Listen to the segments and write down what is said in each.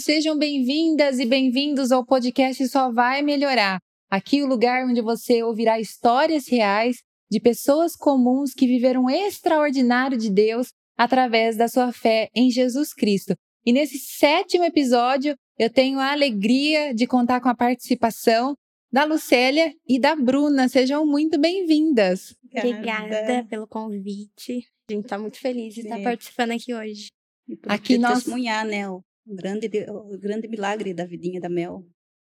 sejam bem-vindas e bem-vindos ao podcast Só Vai Melhorar. Aqui é o lugar onde você ouvirá histórias reais de pessoas comuns que viveram o extraordinário de Deus através da sua fé em Jesus Cristo. E nesse 7º episódio, eu tenho a alegria de contar com a participação da Lucélia e da Bruna. Sejam muito bem-vindas. Obrigada pelo convite. A gente está muito feliz de estar participando aqui hoje. E aqui nós testemunhar, né, o grande milagre da vidinha da Mel.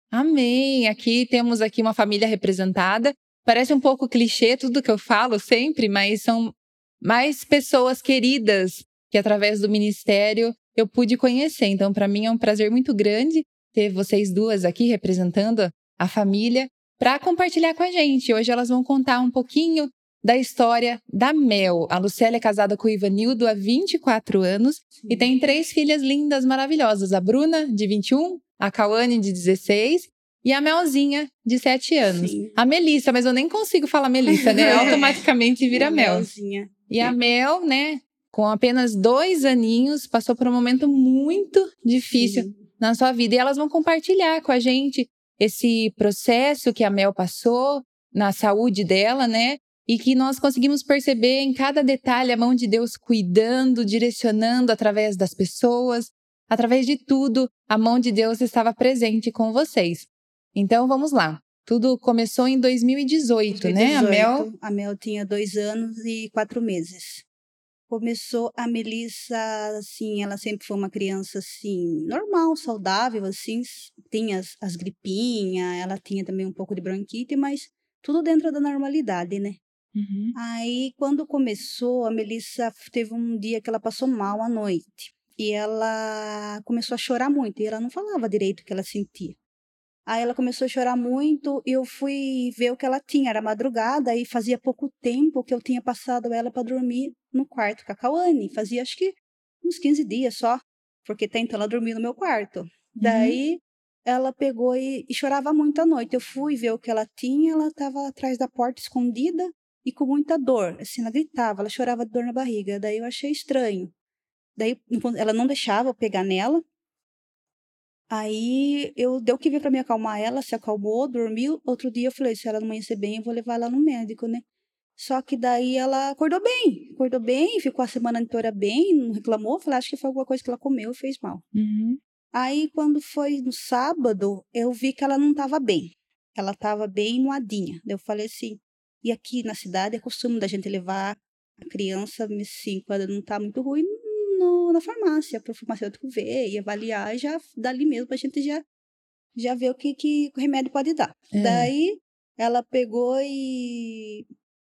Amém! Temos uma família representada. Parece um pouco clichê tudo que eu falo sempre, mas são mais pessoas queridas que através do ministério eu pude conhecer. Então, para mim é um prazer muito grande ter vocês duas aqui representando a família para compartilhar com a gente. Hoje elas vão contar um pouquinho da história da Mel. A Lucélia é casada com o Ivanildo há 24 anos. Sim. E tem 3 filhas lindas, maravilhosas. A Bruna, de 21, a Cauane, de 16 e a Melzinha, de 7 anos. Sim. A Melissa, mas eu nem consigo falar Melissa, né? Automaticamente vira Mel. Melzinha. E a Mel, né, com apenas 2 aninhos, passou por um momento muito difícil na sua vida. E elas vão compartilhar com a gente esse processo que a Mel passou na saúde dela, né? E que nós conseguimos perceber em cada detalhe a mão de Deus cuidando, direcionando através das pessoas. Através de tudo, a mão de Deus estava presente com vocês. Então, vamos lá. Tudo começou em 2018, né? A Mel tinha 2 anos e 4 meses. Começou a Melissa, assim, ela sempre foi uma criança, assim, normal, saudável, assim. Tinha as gripinhas, ela tinha também um pouco de bronquite, mas tudo dentro da normalidade, né? Uhum. Aí, quando começou, a Melissa teve um dia que ela passou mal à noite. E ela começou a chorar muito. E ela não falava direito o que ela sentia. Aí ela começou a chorar muito e eu fui ver o que ela tinha. Era madrugada e fazia pouco tempo que eu tinha passado ela para dormir no quarto com a Cauane. Fazia acho que uns 15 dias só. Porque até então ela dormia no meu quarto. Daí ela pegou e chorava muito à noite. Eu fui ver o que ela tinha. Ela estava atrás da porta escondida. E com muita dor, assim, ela gritava, ela chorava de dor na barriga. Daí eu achei estranho. Daí ela não deixava eu pegar nela. Aí deu que vir para me acalmar ela, se acalmou, dormiu. Outro dia eu falei, se ela não amanhecer bem, eu vou levar ela no médico, né? Só que daí ela acordou bem, ficou a semana inteira bem, não reclamou. Falei, acho que foi alguma coisa que ela comeu e fez mal. Uhum. Aí quando foi no sábado, eu vi que ela não estava bem. Ela estava bem moadinha. Daí eu falei assim, e aqui na cidade é costume da gente levar a criança, assim, quando não está muito ruim, na farmácia, para o farmacêutico ver e avaliar, e já dali mesmo a gente já vê o que o remédio pode dar. Daí ela pegou e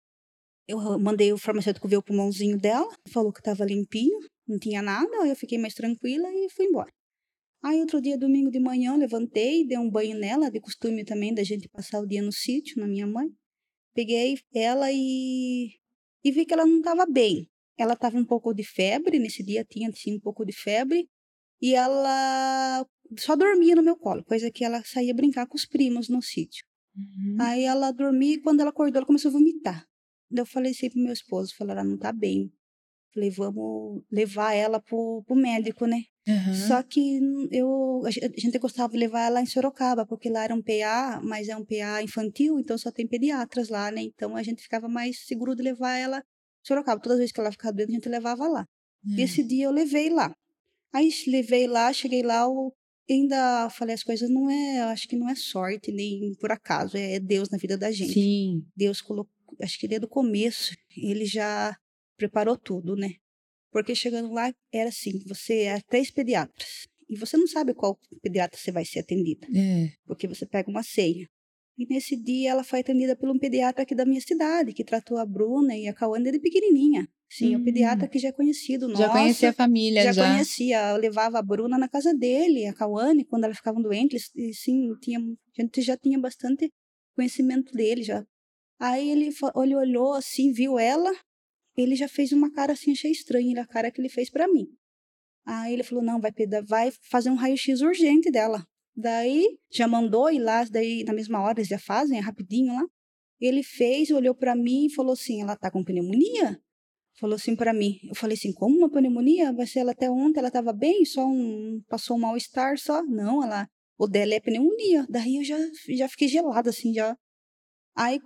eu mandei o farmacêutico ver o pulmãozinho dela, falou que estava limpinho, não tinha nada, aí eu fiquei mais tranquila e fui embora. Aí outro dia, domingo de manhã, levantei, dei um banho nela, de costume também da gente passar o dia no sítio, na minha mãe. Peguei ela e vi que ela não estava bem. Ela estava um pouco de febre, nesse dia tinha um pouco de febre, e ela só dormia no meu colo, coisa que ela saía brincar com os primos no sítio. Uhum. Aí ela dormia e quando ela acordou, ela começou a vomitar. Daí eu falei assim pro meu esposo, falei, ela não tá bem. Falei, vamos levar ela pro médico, né? Uhum. Só que a gente gostava de levar ela em Sorocaba, porque lá era um PA, mas é um PA infantil, então só tem pediatras lá, né? Então a gente ficava mais seguro de levar ela em Sorocaba. Todas as vezes que ela ficava doente, a gente levava lá. E esse dia eu levei lá. Aí levei lá, cheguei lá, eu ainda falei as coisas, eu acho que não é sorte, nem por acaso, é Deus na vida da gente. Sim. Deus colocou, acho que desde o começo, ele já preparou tudo, né? Porque chegando lá, era assim, você é 3 pediatras. E você não sabe qual pediatra você vai ser atendida. Porque você pega uma senha. E nesse dia, ela foi atendida por um pediatra aqui da minha cidade, que tratou a Bruna e a Cauane desde pequenininha. Sim, é um pediatra que já é conhecido nosso. Já conhecia a família, já conhecia. Eu levava a Bruna na casa dele, a Cauane, quando elas ficavam doentes. E sim, a gente já tinha bastante conhecimento dele já. Aí ele olhou assim, viu ela. Ele já fez uma cara assim, achei estranha a cara que ele fez pra mim. Aí ele falou, não, vai fazer um raio-x urgente dela. Daí, já mandou ir lá, daí na mesma hora eles já fazem, é rapidinho lá. Ele fez, olhou pra mim e falou assim, ela tá com pneumonia? falou assim pra mim. Eu falei assim, como uma pneumonia? Vai ser ela até ontem, ela tava bem, passou um mal-estar só. Não, o dela é pneumonia. Daí eu já fiquei gelada, assim, já. Aí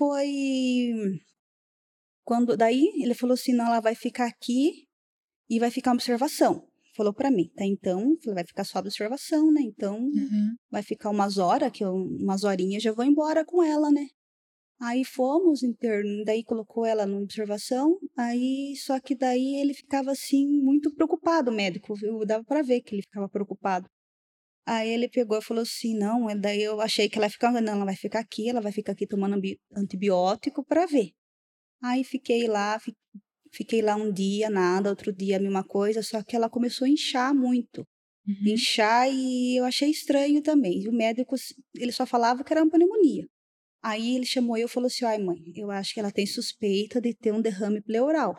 daí ele falou assim, não, ela vai ficar aqui e vai ficar uma observação. Falou pra mim, tá, então, vai ficar só observação, né, então, vai ficar umas horas, umas horinhas, já vou embora com ela, né. Aí fomos, daí colocou ela na observação, aí, só que daí ele ficava, assim, muito preocupado, o médico, viu, dava pra ver que ele ficava preocupado. Aí ele pegou e falou assim, não, daí eu achei que ela ia ficar, não, ela vai ficar aqui tomando antibiótico pra ver. Aí fiquei lá um dia, nada, outro dia a mesma coisa, só que ela começou a inchar muito. Inchar e eu achei estranho também. E o médico, ele só falava que era uma pneumonia. Aí ele chamou eu e falou assim, ai mãe, eu acho que ela tem suspeita de ter um derrame pleural.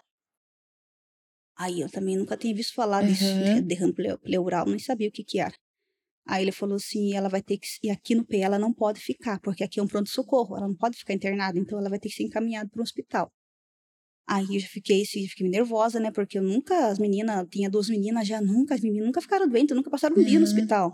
Aí eu também nunca tinha visto falar disso, derrame pleural, nem sabia o que era. Aí ele falou assim, ela vai ter que, e aqui no PE ela não pode ficar, porque aqui é um pronto-socorro, ela não pode ficar internada, então ela vai ter que ser encaminhada para um hospital. Aí eu já fiquei nervosa, né, porque as meninas, tinha 2 meninas já, as meninas nunca ficaram doentes, nunca passaram um dia no hospital.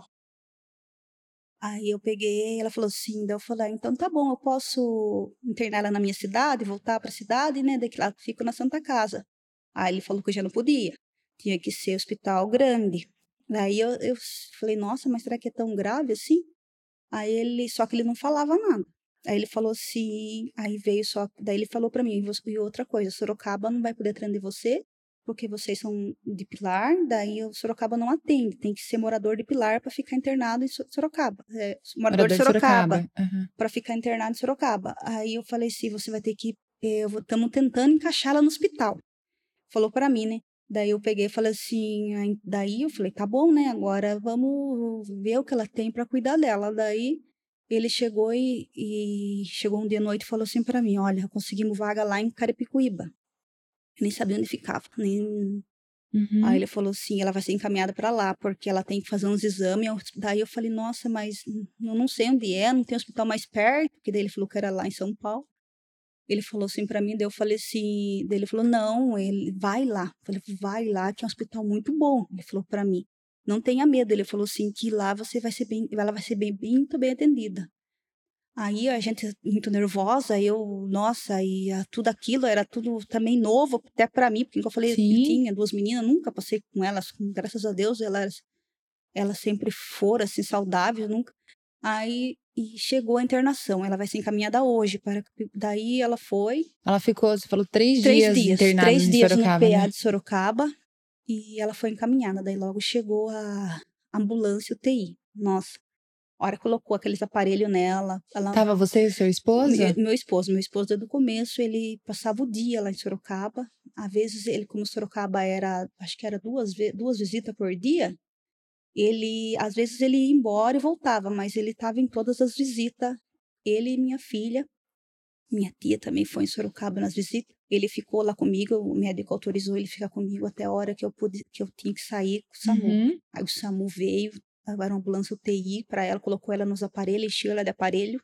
Aí eu peguei, ela falou assim, daí eu falei, então tá bom, eu posso internar ela na minha cidade, voltar para a cidade, né, daqui lá fico na Santa Casa. Aí ele falou que eu já não podia, tinha que ser hospital grande. Daí eu falei, nossa, mas será que é tão grave assim? Só que ele não falava nada. Aí ele falou assim, daí ele falou para mim, e outra coisa, Sorocaba não vai poder atender você, porque vocês são de Pilar, daí o Sorocaba não atende, tem que ser morador de Pilar para ficar internado em Sorocaba. Morador de Sorocaba, para ficar internado em Sorocaba. Aí eu falei assim, você vai ter que, estamos tentando encaixá-la no hospital. Falou para mim, né? Daí eu peguei e falei assim, daí eu falei, tá bom, né? Agora vamos ver o que ela tem para cuidar dela. Daí ele chegou e chegou um dia à noite e falou assim para mim, olha, conseguimos vaga lá em Carapicuíba. Eu nem sabia onde ficava, nem... Aí ele falou assim, ela vai ser encaminhada para lá, porque ela tem que fazer uns exames. Daí eu falei, nossa, mas eu não sei onde é, não tem hospital mais perto, porque daí ele falou que era lá em São Paulo. Ele falou assim para mim, daí eu falei assim, daí ele falou, não, ele vai lá. Eu falei, vai lá, que é um hospital muito bom. Ele falou para mim, não tenha medo. Ele falou assim, que lá ela vai ser muito bem atendida. Aí a gente muito nervosa, nossa, tudo aquilo era tudo também novo, até para mim, porque como eu falei, eu tinha 2 meninas, nunca passei com elas, graças a Deus, elas sempre foram assim saudáveis, nunca. Aí chegou a internação, ela vai ser encaminhada hoje, daí ela foi. Ela ficou, você falou, 3 dias internada 3 dias em Sorocaba, no PA né? de Sorocaba, e ela foi encaminhada, daí logo chegou a ambulância UTI. Nossa, a hora que colocou aqueles aparelhos nela. Tava você e seu esposo? Meu esposo desde o começo, ele passava o dia lá em Sorocaba. Às vezes, como Sorocaba acho que era 2 visitas por dia, às vezes ele ia embora e voltava, mas ele estava em todas as visitas. Ele e minha filha, minha tia também foi em Sorocaba nas visitas. Ele ficou lá comigo, o médico autorizou ele ficar comigo até a hora que eu tinha que sair com o SAMU. Aí o SAMU veio, era uma ambulância UTI para ela, colocou ela nos aparelhos, encheu ela de aparelho.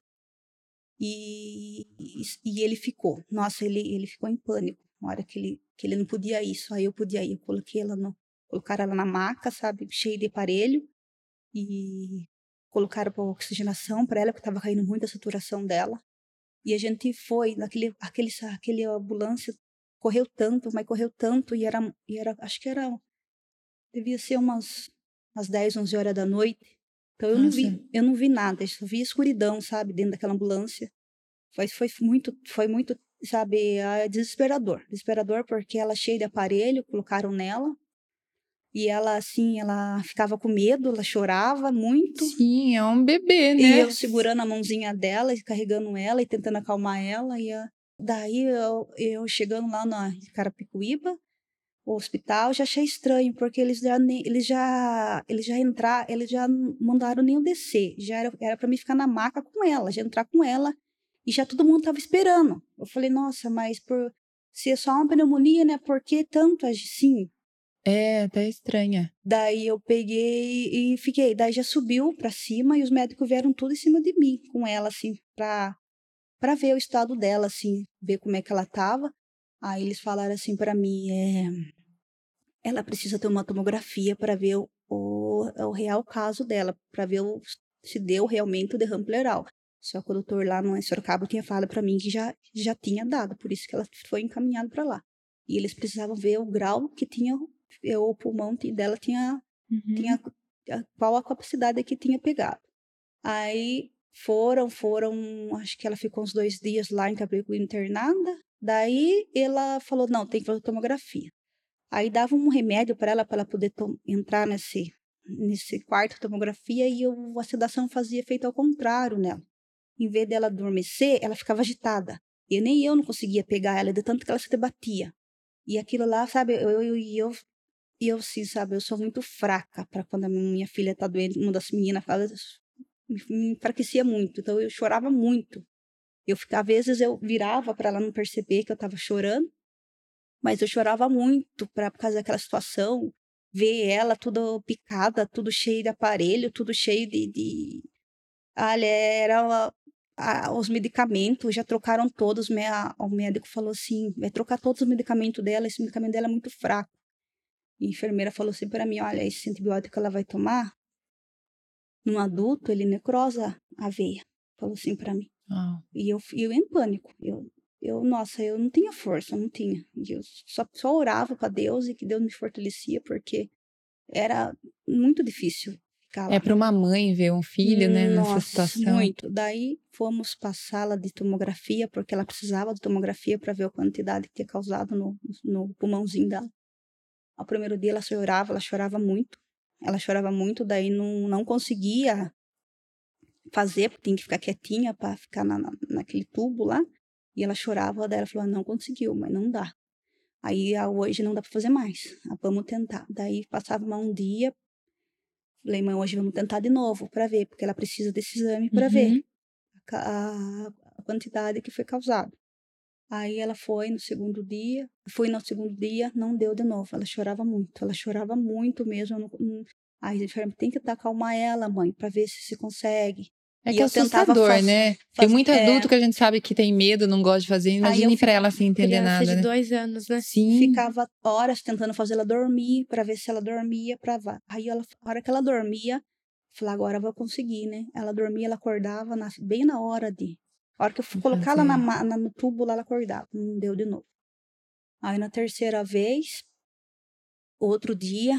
E ele ficou. Nossa, ele ficou em pânico na hora que ele não podia ir, só eu podia ir. Eu colocaram ela na maca, sabe, cheia de aparelho, e colocaram para oxigenação para ela, porque estava caindo muito a saturação dela. E a gente foi, aquele ambulância correu tanto, mas correu tanto, acho que devia ser umas 10, 11 horas da noite. Então eu não vi nada, eu só vi escuridão, sabe, dentro daquela ambulância. Foi muito, sabe, desesperador, porque ela cheia de aparelho, colocaram nela, e ela, assim, ela ficava com medo, ela chorava muito. Sim, é um bebê, né? E eu segurando a mãozinha dela, e carregando ela, e tentando acalmar ela, daí eu chegando lá na Carapicuíba, o hospital, já achei estranho, porque eles já mandaram nem eu descer, já era para mim ficar na maca com ela, já entrar com ela, e já todo mundo estava esperando. Eu falei, nossa, mas se é só uma pneumonia, né, por que tanto assim? É, até estranha. Daí eu peguei e fiquei, daí já subiu para cima, e os médicos vieram tudo em cima de mim, com ela, assim, para ver o estado dela, assim, ver como é que ela estava. Aí eles falaram assim para mim, ela precisa ter uma tomografia para ver o real caso dela, para ver se deu realmente o derrame pleural. Só que o doutor lá no Sorocaba tinha falado para mim que já tinha dado, por isso que ela foi encaminhada para lá. E eles precisavam ver o grau que tinha, o pulmão dela tinha qual a capacidade que tinha pegado. Aí foram, acho que ela ficou uns 2 dias lá em Cabrigo internada. Daí ela falou, não, tem que fazer tomografia. Aí dava um remédio para ela poder entrar nesse quarto de tomografia e a sedação fazia efeito ao contrário nela. Em vez dela adormecer, ela ficava agitada. E nem eu não conseguia pegar ela, de tanto que ela se debatia. E aquilo lá, sabe, eu sim, sabe, eu sou muito fraca para quando a minha filha tá doente, uma das meninas fala, me enfraquecia muito, então eu chorava muito. Às vezes eu virava para ela não perceber que eu estava chorando, mas eu chorava muito por causa daquela situação, ver ela toda picada, tudo cheio de aparelho, tudo cheio de... Olha, os medicamentos, já trocaram todos, o médico falou assim, vai trocar todos os medicamentos dela, esse medicamento dela é muito fraco. E a enfermeira falou assim para mim, olha, esse antibiótico que ela vai tomar, num adulto, ele necrosa a veia. Falou assim para mim. E eu em pânico. Nossa, eu não tinha força, não tinha. E eu só orava para Deus e que Deus me fortalecia, porque era muito difícil ficar lá. É para uma mãe ver um filho, né, nessa Nossa, situação. muito. Daí fomos para a sala de tomografia, porque ela precisava de tomografia para ver a quantidade que tinha causado no pulmãozinho dela. Ao primeiro dia ela chorava muito. Ela chorava muito, daí não conseguia fazer, porque tinha que ficar quietinha para ficar naquele tubo lá. E ela chorava, daí ela falou, não conseguiu, mas não dá. Aí, hoje não dá para fazer mais, vamos tentar. Daí passava um dia, falei, mãe, hoje vamos tentar de novo para ver, porque ela precisa desse exame para ver a quantidade que foi causada. Aí ela foi no segundo dia, não deu de novo, ela chorava muito mesmo. Aí a enfermeira tem que acalmar ela, mãe, para ver se consegue. É que é assustador, né? Tem muito adulto que a gente sabe que tem medo, não gosta de fazer. Imagine para ela sem entender nada, de né? 2 anos, né? Sim. Ficava horas tentando fazer ela dormir, para ver se ela dormia. Aí, a hora que ela dormia, eu falei, agora eu vou conseguir, né? Ela dormia, ela acordava bem na hora A hora que eu fui colocar ela no tubo, lá ela acordava. Não deu de novo. Aí, na terceira vez, outro dia,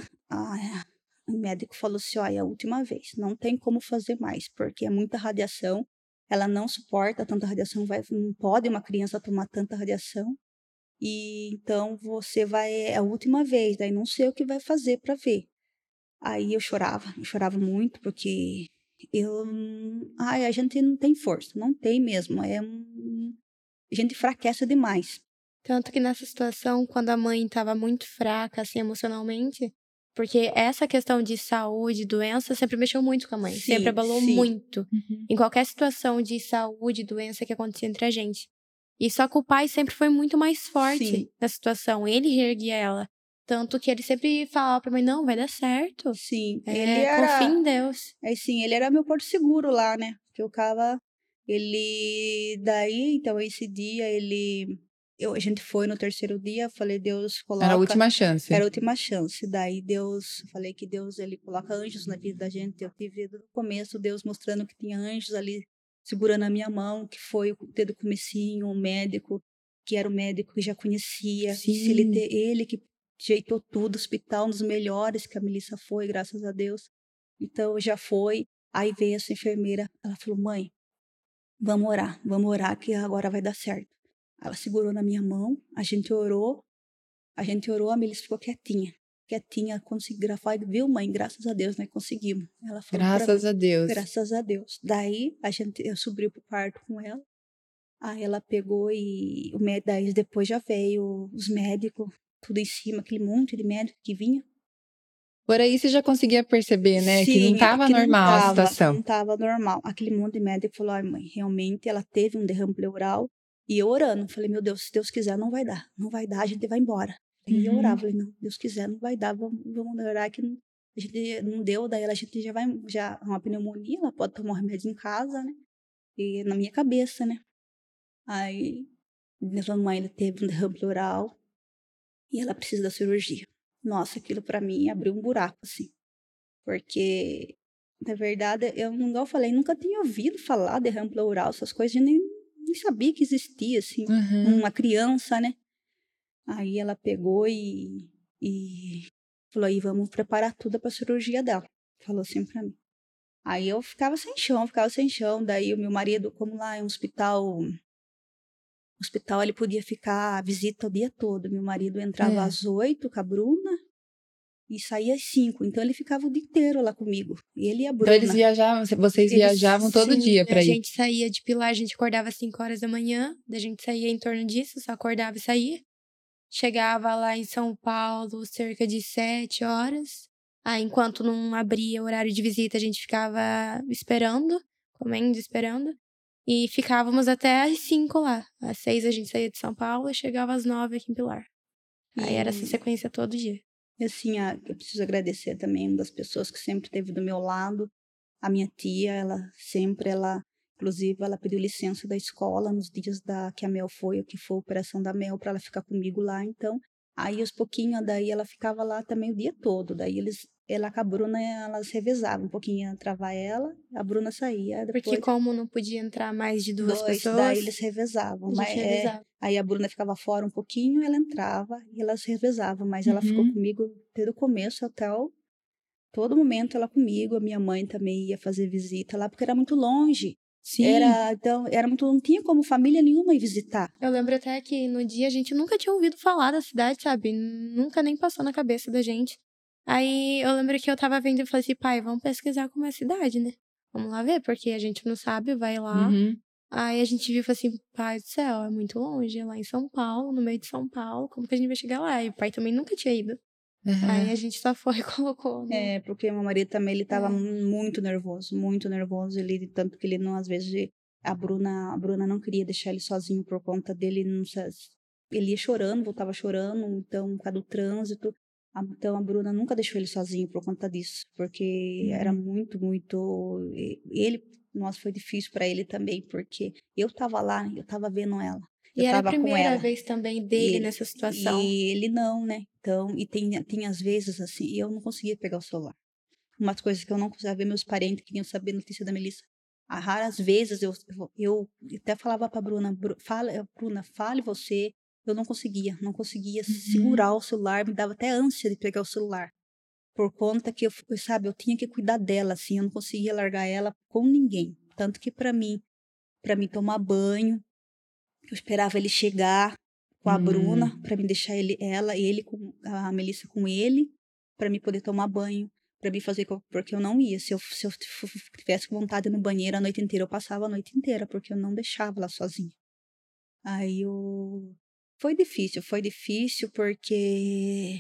o médico falou assim, olha, é a última vez. Não tem como fazer mais, porque é muita radiação. Ela não suporta tanta radiação. Não pode uma criança tomar tanta radiação. E então é a última vez, daí não sei o que vai fazer para ver. Aí eu chorava muito, porque a gente não tem força, não tem mesmo, a gente enfraquece demais. Tanto que nessa situação, quando a mãe estava muito fraca, assim, emocionalmente, porque essa questão de saúde, doença, sempre mexeu muito com a mãe, sempre abalou muito. Em qualquer situação de saúde, doença que acontecia entre a gente. E só que o pai sempre foi muito mais forte na situação, ele reerguia ela. Tanto que ele sempre falava pra mãe, não, vai dar certo. Sim, confia em Deus. Ele era meu porto seguro lá, né? Que eu ficava, então esse dia a gente foi no terceiro dia, falei, Deus coloca... Era a última chance. Era a última chance. Daí falei que Deus, ele coloca anjos na vida da gente. Eu tive no começo Deus mostrando que tinha anjos ali segurando a minha mão, que foi desde o comecinho, um médico, que era o médico que já conhecia. Ele que ajeitou tudo, hospital, um dos melhores que a Melissa foi, graças a Deus. Então, já foi. Aí veio essa enfermeira, ela falou, mãe, vamos orar que agora vai dar certo. Ela segurou na minha mão, a gente orou, a Melissa ficou quietinha, consegui gravar, viu, mãe? Graças a Deus, nós conseguimos. Ela falou, graças a Deus. Graças a Deus. Daí, eu subi pro quarto com ela, aí ela pegou daí depois já veio os médicos, tudo em cima, aquele monte de médico que vinha. Por aí você já conseguia perceber, né? Sim, que não estava normal a situação. Não estava normal. Aquele monte de médico falou, mãe, realmente ela teve um derrame pleural. E eu orando, falei, meu Deus, se Deus quiser, não vai dar, a gente vai embora. E eu orava, falei, não, Deus quiser, não vai dar, vamos orar que a gente não deu, daí a gente já uma pneumonia, ela pode tomar um remédio em casa, né? E na minha cabeça, né? Aí A mãe teve um derrame pleural e ela precisa da cirurgia. Nossa, aquilo para mim abriu um buraco, assim. Porque, na verdade, igual eu falei, nunca tinha ouvido falar de derrame pleural, essas coisas, nem sabia que existia, assim, uma criança, né? Aí ela pegou e falou, aí vamos preparar tudo para a cirurgia dela. Falou assim para mim. Aí eu ficava sem chão. Daí o meu marido, como lá é um hospital, ele podia ficar à visita o dia todo. Meu marido entrava às 8 com a Bruna e saía às 5. Então ele ficava o dia inteiro lá comigo. Ele e a Bruna. Então eles viajavam, vocês viajavam todo dia para ir? A gente saía de Pilar, a gente acordava às 5 horas da manhã. A gente saía em torno disso, só acordava e saía. Chegava lá em São Paulo cerca de 7 horas. Enquanto não abria o horário de visita, a gente ficava comendo, esperando. E ficávamos até às 5 lá. Às 6 a gente saía de São Paulo e chegava às 9 aqui em Pilar. Aí era essa sequência todo dia. E assim, eu preciso agradecer também uma das pessoas que sempre esteve do meu lado. A minha tia, inclusive, ela pediu licença da escola nos dias que a Mel que foi a operação da Mel, para ela ficar comigo lá. Então, aí aos pouquinhos, daí ela ficava lá também o dia todo. Daí ela com a Bruna, elas revezavam. Um pouquinho entrava ela, a Bruna saía. Depois, porque como não podia entrar mais de duas pessoas... Daí eles revezavam. Aí a Bruna ficava fora um pouquinho, ela entrava e elas revezavam. Mas ela ficou comigo desde o começo até todo momento ela comigo. A minha mãe também ia fazer visita lá, porque era muito longe. Sim. Era muito, não tinha como família nenhuma ir visitar. Eu lembro até que no dia a gente nunca tinha ouvido falar da cidade, sabe? Nunca nem passou na cabeça da gente. Aí eu lembro que eu tava vendo e falei assim, pai, vamos pesquisar como é a cidade, né? Vamos lá ver, porque a gente não sabe, vai lá. Aí a gente viu e falou assim, pai do céu, é muito longe, é lá em São Paulo, no meio de São Paulo, como que a gente vai chegar lá? E o pai também nunca tinha ido. Aí a gente só foi e colocou, né? Porque meu marido também, ele tava muito nervoso, ele, tanto que ele não, às vezes, a Bruna não queria deixar ele sozinho por conta dele, ele ia chorando, voltava chorando, então, por causa do trânsito. Então, a Bruna nunca deixou ele sozinho por conta disso, porque era muito, muito... Nossa, foi difícil para ele também, porque eu tava lá, eu tava vendo ela. E era a primeira vez também dele nessa situação. E ele não, né? Então, e tem às vezes, assim, eu não conseguia pegar o celular. Umas coisas que eu não conseguia ver, meus parentes queriam saber a notícia da Melissa. Raras vezes eu até falava pra Bruna, Bruna, fale você. Eu não conseguia segurar o celular, me dava até ânsia de pegar o celular. Por conta que eu tinha que cuidar dela, assim, eu não conseguia largar ela com ninguém. Tanto que para mim tomar banho, eu esperava ele chegar com a Bruna, para me deixar a Melissa com ele, para me poder tomar banho, para me fazer, porque eu não ia. Se eu tivesse vontade no banheiro a noite inteira, eu passava a noite inteira, porque eu não deixava ela sozinha. Aí foi difícil porque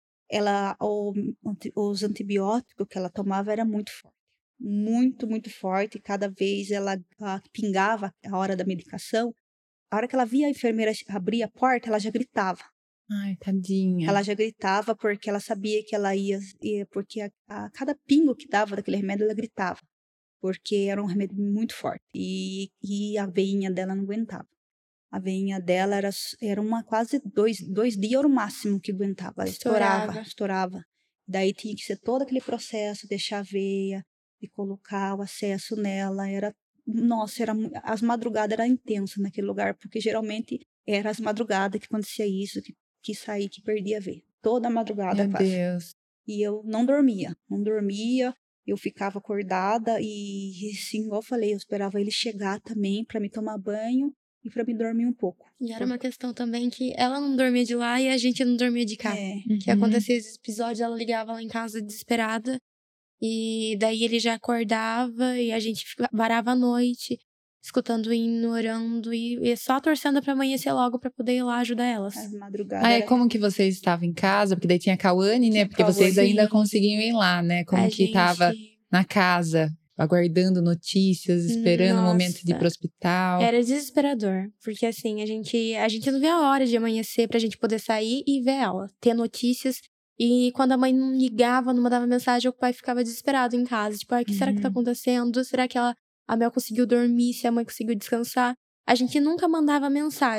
os antibióticos que ela tomava era muito forte. Muito, muito forte. Cada vez ela pingava a hora da medicação. A hora que ela via a enfermeira abrir a porta, ela já gritava. Ai, tadinha. Ela já gritava porque ela sabia que ela ia porque a cada pingo que dava daquele remédio, ela gritava. Porque era um remédio muito forte. E a veinha dela não aguentava. A veinha dela era quase 2 dias era o máximo que aguentava. Ela estourava. Daí tinha que ser todo aquele processo, deixar a veia e colocar o acesso nela. As madrugadas eram intensas naquele lugar, porque geralmente era as madrugadas que acontecia isso, que saía, que perdia a veia. Toda madrugada Meu quase. Deus. E eu não dormia. Eu ficava acordada e, assim, igual eu falei, eu esperava ele chegar também para me tomar banho e para me dormir um pouco. E era uma questão também que ela não dormia de lá e a gente não dormia de cá. Que acontecia esses episódios, ela ligava lá em casa desesperada e daí ele já acordava e a gente varava a noite, escutando o hino, orando e só torcendo pra amanhecer logo pra poder ir lá ajudar elas. As madrugadas. Como que vocês estavam em casa? Porque daí tinha a Cauane, né? Porque vocês ainda conseguiam ir lá, né? Como que tava na casa, aguardando notícias, esperando o momento de ir pro hospital. Era desesperador, porque assim, a gente não vê a hora de amanhecer pra gente poder sair e ver ela, ter notícias. E quando a mãe não ligava, não mandava mensagem, o pai ficava desesperado em casa. Tipo, o que será que tá acontecendo? Será que a Mel conseguiu dormir? Se a mãe conseguiu descansar? A gente nunca mandava mensagem.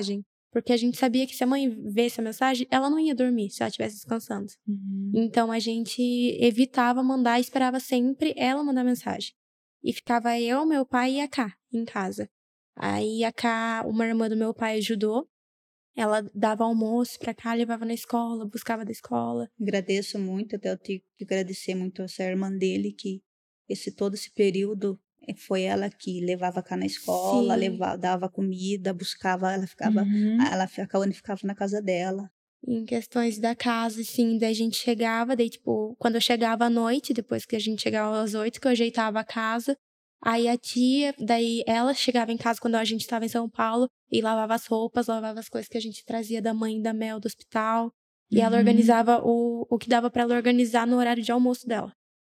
Porque a gente sabia que se a mãe visse a mensagem, ela não ia dormir se ela estivesse descansando. Então, a gente evitava mandar e esperava sempre ela mandar mensagem. E ficava eu, meu pai e a Ká em casa. Aí, a Ká, uma irmã do meu pai ajudou. Ela dava almoço pra Ká, levava na escola, buscava da escola. Agradeço muito, até eu tenho que agradecer muito a essa irmã dele, que todo esse período foi ela que levava cá na escola, dava comida, buscava, a Kawane ficava na casa dela. Em questões da casa, assim, daí a gente chegava, daí, tipo, quando eu chegava à noite, depois que a gente chegava às 8, que eu ajeitava a casa, aí a tia, daí ela chegava em casa quando a gente estava em São Paulo e lavava as roupas, lavava as coisas que a gente trazia da mãe e da Mel do hospital, e ela organizava o que dava pra ela organizar no horário de almoço dela.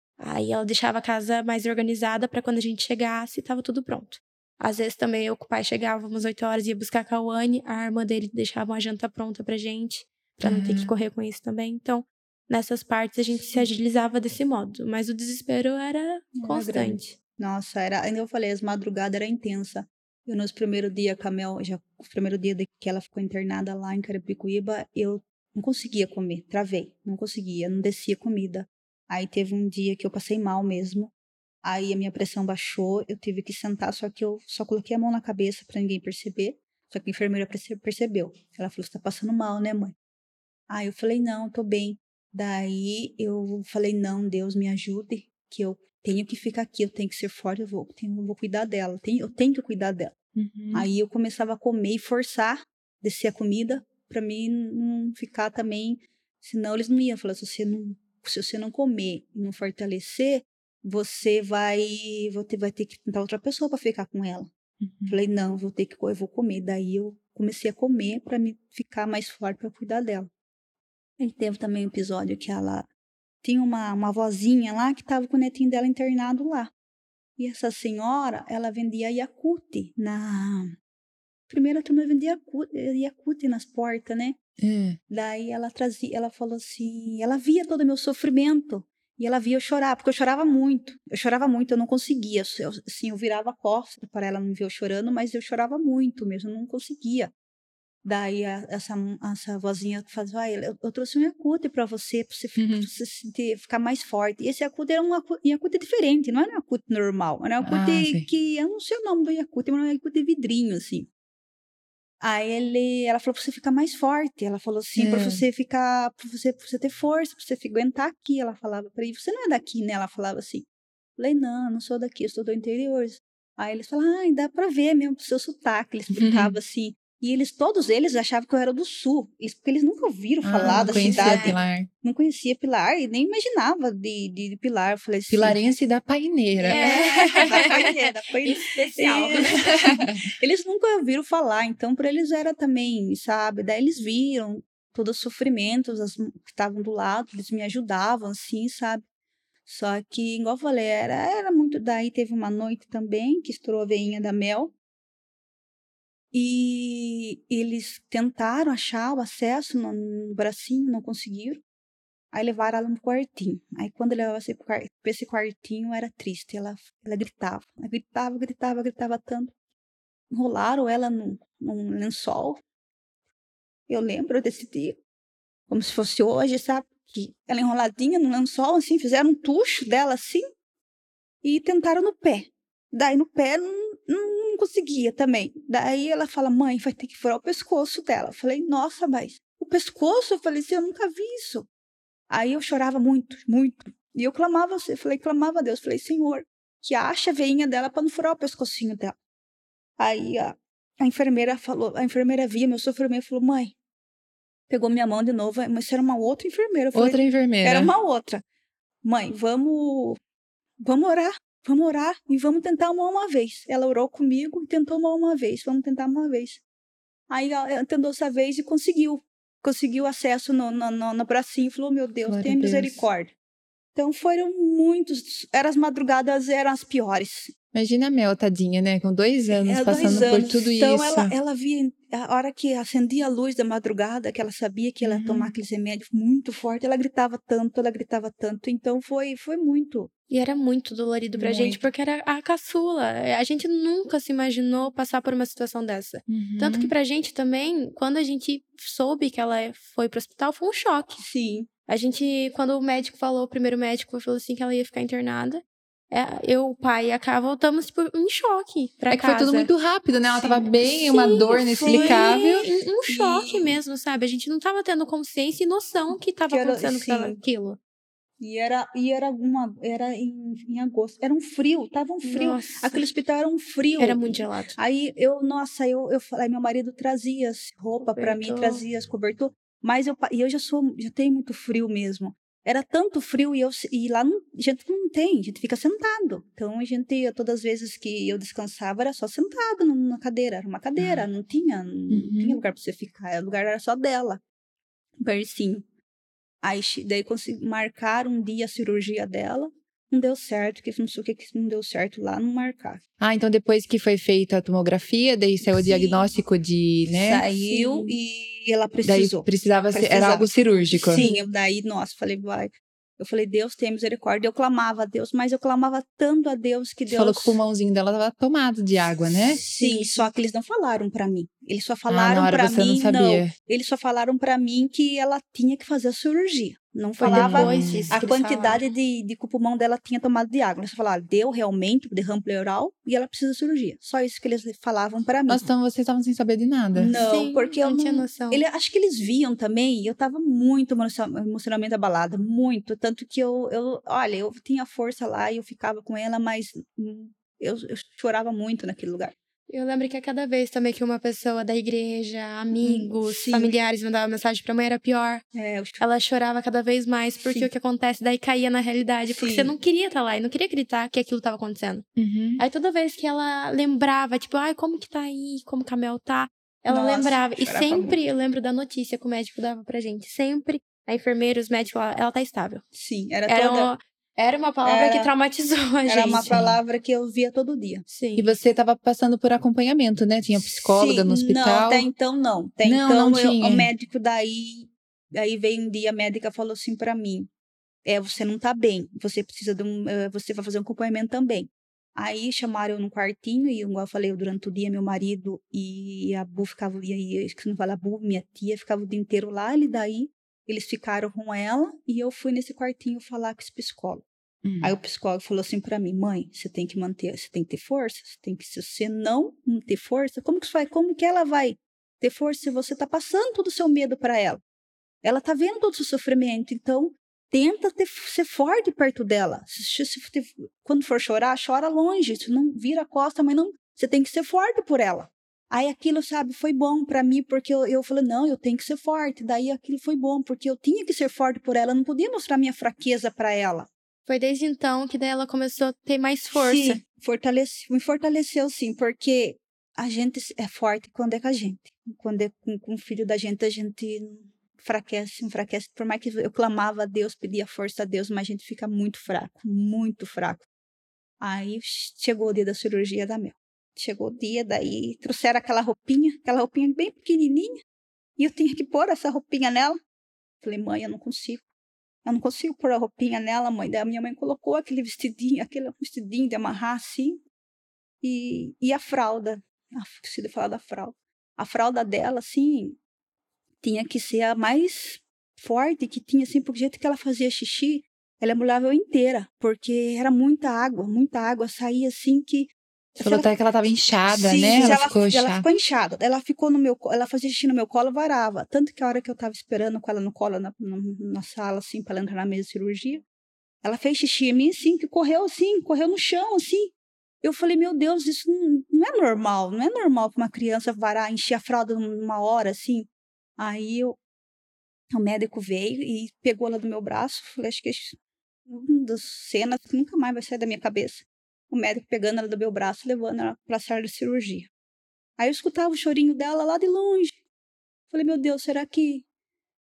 Aí ela deixava a casa mais organizada pra quando a gente chegasse, tava tudo pronto. Às vezes também eu com o pai chegava umas 8 horas, ia buscar a Kawane, a irmã dele deixava uma janta pronta pra gente, pra não ter que correr com isso também. Então, nessas partes a gente se agilizava desse modo, mas o desespero era constante. Nossa, ainda eu falei, as madrugadas era intensa. Eu nos primeiros dias, o primeiro dia que ela ficou internada lá em Carapicuíba, eu não conseguia comer, travei, não conseguia, não descia comida. Aí teve um dia que eu passei mal mesmo. Aí a minha pressão baixou, eu tive que sentar, só que eu só coloquei a mão na cabeça pra ninguém perceber. Só que a enfermeira percebeu. Ela falou, você tá passando mal, né, mãe? Aí eu falei, não, tô bem. Daí eu falei, não, Deus me ajude, que eu tenho que ficar aqui, eu tenho que ser forte, eu vou cuidar dela, eu tenho que cuidar dela. Aí eu começava a comer e forçar, descer a comida, pra mim não ficar também, senão eles não iam falar, se você não comer e não fortalecer, você vai ter que tentar outra pessoa para ficar com ela. Falei, não, eu vou comer. Daí eu comecei a comer para me ficar mais forte para cuidar dela. E teve também um episódio que ela tinha uma vozinha lá que estava com o netinho dela internado lá. E essa senhora, ela vendia Yakult primeira turma vendia Yakult nas portas, né? Daí ela falou assim, ela via todo o meu sofrimento e ela via eu chorar, porque eu chorava muito, eu não conseguia, eu virava a costa para ela não ver eu chorando, mas eu chorava muito mesmo, eu não conseguia. Daí essa vozinha fazia, eu trouxe um Yakult para você ficar mais forte. E esse Yakult era um Yakult diferente, não era um Yakult normal, era um Yakult que, eu não sei o nome do Yakult, mas era um Yakult de vidrinho, assim. Aí ela falou pra você ficar mais forte. Ela falou assim, pra você ter força, pra você aguentar aqui. Ela falava pra ele, você não é daqui, né? Ela falava assim. Falei, não sou daqui, eu sou do interior. Aí eles falaram, dá pra ver mesmo pro seu sotaque. Ele explicava assim. E todos eles achavam que eu era do sul. Porque eles nunca ouviram falar da cidade. Pilar. Não conhecia Pilar e nem imaginava de Pilar. Eu falei assim, Pilarense da Paineira. Da Paineira. Especial. Eles nunca ouviram falar, então para eles era também, sabe? Daí eles viram todos os sofrimentos que estavam do lado, eles me ajudavam, assim, sabe? Só que, igual eu falei, era muito... Daí teve uma noite também que estourou a veinha da Mel. E eles tentaram achar o acesso no bracinho, não conseguiram. Aí levaram ela no quartinho. Aí quando levaram para esse quartinho, era triste. Ela gritava. Ela gritava tanto. Enrolaram ela num lençol. Eu lembro desse dia, como se fosse hoje, sabe? Que ela enroladinha no lençol, assim, fizeram um tucho dela, assim, e tentaram no pé. Daí no pé não conseguia também. Daí ela fala, mãe, vai ter que furar o pescoço dela. Eu falei, nossa, mas o pescoço? Eu falei assim, eu nunca vi isso. Aí eu chorava muito, muito. E eu clamava a Deus. Falei, Senhor, que acha a veinha dela para não furar o pescocinho dela. Aí a enfermeira via meu sofrimento e falou, mãe, pegou minha mão de novo, mas era uma outra enfermeira. Eu falei, outra enfermeira. Era uma outra. Mãe, vamos orar e vamos tentar uma vez. Ela orou comigo e tentou uma vez. Vamos tentar uma vez. Aí ela tentou essa vez e conseguiu acesso no bracinho. Falou, meu Deus, tenha misericórdia. Então foram muitos, as madrugadas eram as piores. Imagina a Mel, tadinha, né? Com 2 anos, passando 2 anos. por tudo então, isso. Então ela via, a hora que acendia a luz da madrugada, que ela sabia que ela ia tomar aqueles remédios muito forte, ela gritava tanto. Então foi muito. E era muito dolorido pra gente, porque era a caçula. A gente nunca se imaginou passar por uma situação dessa. Tanto que pra gente também, quando a gente soube que ela foi pro hospital, foi um choque. Sim. A gente, quando o médico falou, o primeiro médico falou assim que ela ia ficar internada, eu, o pai e a Ká voltamos tipo, em choque pra casa. Foi tudo muito rápido, né? Ela tava bem, uma dor inexplicável. Um choque mesmo, sabe? A gente não tava tendo consciência e noção que tava acontecendo aquilo. E era em agosto. Era um frio, tava um frio. Nossa. Aquele hospital era um frio. Era muito gelado. Aí eu falei, meu marido trazia roupa pra mim, trazia as coberturas. Mas eu já tenho muito frio mesmo. Era tanto frio e lá a gente não tem, a gente fica sentado. Então todas as vezes que eu descansava, era só sentado na cadeira. Era uma cadeira, não tinha lugar pra você ficar. O lugar era só dela, um bercinho. Aí daí consegui marcar um dia a cirurgia dela. Não deu certo, que não sei o que não deu certo lá, não marcar. Então depois que foi feita a tomografia, daí saiu o diagnóstico de, né? Saiu e ela precisou. Daí precisava. Era algo cirúrgico. Sim, daí, nossa, falei, vai. Eu falei, Deus tem misericórdia. Eu clamava a Deus, mas eu clamava tanto a Deus que Deus... Você falou que o pulmãozinho dela estava tomado de água, né? Sim, só que eles não falaram pra mim. Eles só falaram pra mim, não sabia. Eles só falaram pra mim que ela tinha que fazer a cirurgia. Não Foi falava depois a quantidade de que o pulmão dela tinha tomado de água. Eles só falaram, deu realmente derrame pleural e ela precisa de cirurgia. Só isso que eles falavam pra mim. Nossa, então vocês estavam sem saber de nada. Não, sim, porque eu não tinha noção. Acho que eles viam também, eu tava muito emocionalmente abalada, muito. Tanto que eu tinha força lá e eu ficava com ela, mas eu chorava muito naquele lugar. Eu lembro que a cada vez também que uma pessoa da igreja, amigos, familiares mandavam mensagem pra mãe, era pior. Ela chorava cada vez mais, porque o que acontece daí caía na realidade. Porque você não queria estar lá e não queria acreditar que aquilo estava acontecendo. Aí toda vez que ela lembrava, tipo, como que tá aí, como que a Mel tá, ela lembrava. E sempre eu lembro da notícia que o médico dava pra gente. Sempre a enfermeira, os médicos falavam, ela tá estável. Sim, era uma palavra que traumatizou a gente. Era uma palavra que eu via todo dia. Sim. E você estava passando por acompanhamento, né? Tinha psicóloga no hospital? Não, até então não. Não tinha. O médico daí veio um dia, a médica falou assim pra mim, você não tá bem, você precisa você vai fazer um acompanhamento também. Aí chamaram eu num quartinho e, igual eu falei, durante o dia, meu marido e a Bu ficavam, minha tia ficava o dia inteiro lá, daí eles ficaram com ela e eu fui nesse quartinho falar com esse psicólogo. Aí o psicólogo falou assim pra mim, mãe, você tem que ter força, se você não ter força, como que ela vai ter força se você tá passando todo o seu medo pra ela? Ela tá vendo todo o seu sofrimento, então tenta ser forte perto dela. Quando for chorar, chora longe, você não vira a costa, mas não, você tem que ser forte por ela. Aí aquilo, sabe, foi bom pra mim, porque eu falei, não, eu tenho que ser forte. Daí aquilo foi bom, porque eu tinha que ser forte por ela, eu não podia mostrar minha fraqueza pra ela. Foi desde então que daí ela começou a ter mais força. Sim, me fortaleceu sim, porque a gente é forte quando é com a gente. Quando é com o filho da gente, a gente enfraquece. Por mais que eu clamava a Deus, pedia força a Deus, mas a gente fica muito fraco, muito fraco. Aí chegou o dia da cirurgia da Mel. Chegou o dia, daí trouxeram aquela roupinha bem pequenininha, e eu tinha que pôr essa roupinha nela. Falei, mãe, eu não consigo pôr a roupinha nela, mãe. Daí a minha mãe colocou aquele vestidinho de amarrar assim, e a fralda. Esqueci de falar da fralda. A fralda dela, assim, tinha que ser a mais forte que tinha, assim, porque o jeito que ela fazia xixi, ela molhava eu inteira, porque era muita água, saía assim que... Você falou até que ela estava inchada, sim, né? Ela ficou inchada. Ela ficou ela fazia xixi no meu colo, varava. Tanto que a hora que eu estava esperando com ela no colo, na sala, assim, para ela entrar na mesa de cirurgia, ela fez xixi em mim, assim, que correu no chão, assim. Eu falei, meu Deus, isso não é normal. Não é normal para uma criança varar, encher a fralda numa hora, assim. Aí o médico veio e pegou ela do meu braço. Falei, acho que é uma das cenas que nunca mais vai sair da minha cabeça. O médico pegando ela do meu braço, levando ela para a sala de cirurgia. Aí eu escutava o chorinho dela lá de longe. Falei, meu Deus, será que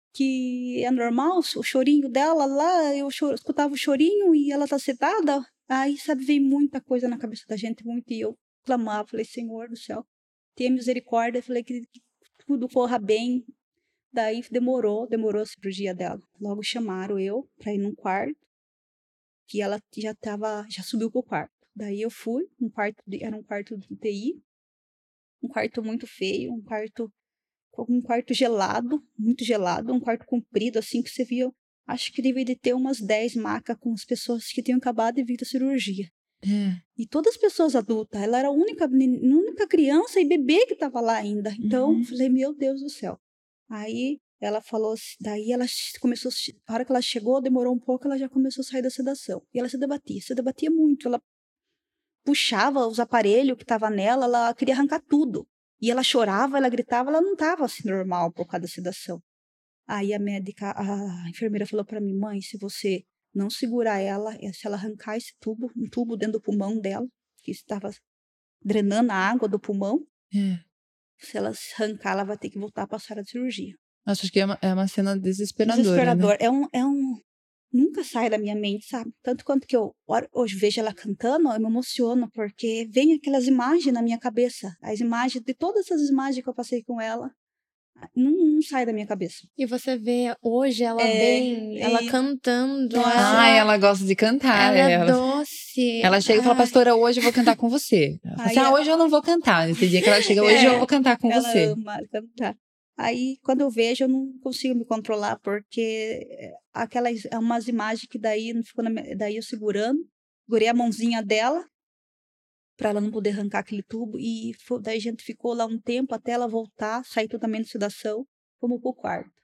que é normal o chorinho dela lá, eu escutava o chorinho e ela tá sedada. Aí, sabe, veio muita coisa na cabeça da gente, muito, e eu clamava, falei, Senhor do céu, tenha misericórdia, falei que tudo corra bem. Daí demorou a cirurgia dela. Logo chamaram eu para ir num quarto, que ela já subiu pro quarto. Daí eu fui, era um quarto de UTI, um quarto muito feio, um quarto gelado, muito gelado, um quarto comprido, assim, que você via, acho que deveria ter umas 10 macas com as pessoas que tinham acabado de vir da cirurgia. E todas as pessoas adultas, ela era a única criança e bebê que estava lá ainda. Então, falei, meu Deus do céu. Aí ela falou, daí ela começou, a hora que ela chegou, demorou um pouco, ela já começou a sair da sedação. E ela se debatia muito, ela puxava os aparelhos que estavam nela, ela queria arrancar tudo. E ela chorava, ela gritava, ela não estava assim normal por causa da sedação. Aí a enfermeira falou para mim, mãe, se você não segurar ela, se ela arrancar um tubo dentro do pulmão dela, que estava drenando a água do pulmão, se ela arrancar, ela vai ter que voltar para a sala de cirurgia. Nossa, acho que é uma cena desesperadora. Desesperador. Né? Nunca sai da minha mente, sabe? Tanto quanto que eu hoje vejo ela cantando, eu me emociono, porque vem aquelas imagens na minha cabeça. As imagens, de todas essas imagens que eu passei com ela, não sai da minha cabeça. E você vê hoje ela ela cantando. Ela gosta de cantar. Ela é doce. Ela chega e fala, pastora, hoje eu vou cantar com você. Ela fala assim, hoje eu não vou cantar. Nesse dia que ela chega, hoje eu vou cantar com você. Ela ama cantar. Aí, quando eu vejo, eu não consigo me controlar, porque umas imagens que daí eu segurei a mãozinha dela, para ela não poder arrancar aquele tubo, e daí a gente ficou lá um tempo até ela voltar, sair totalmente de sedação, fomos pro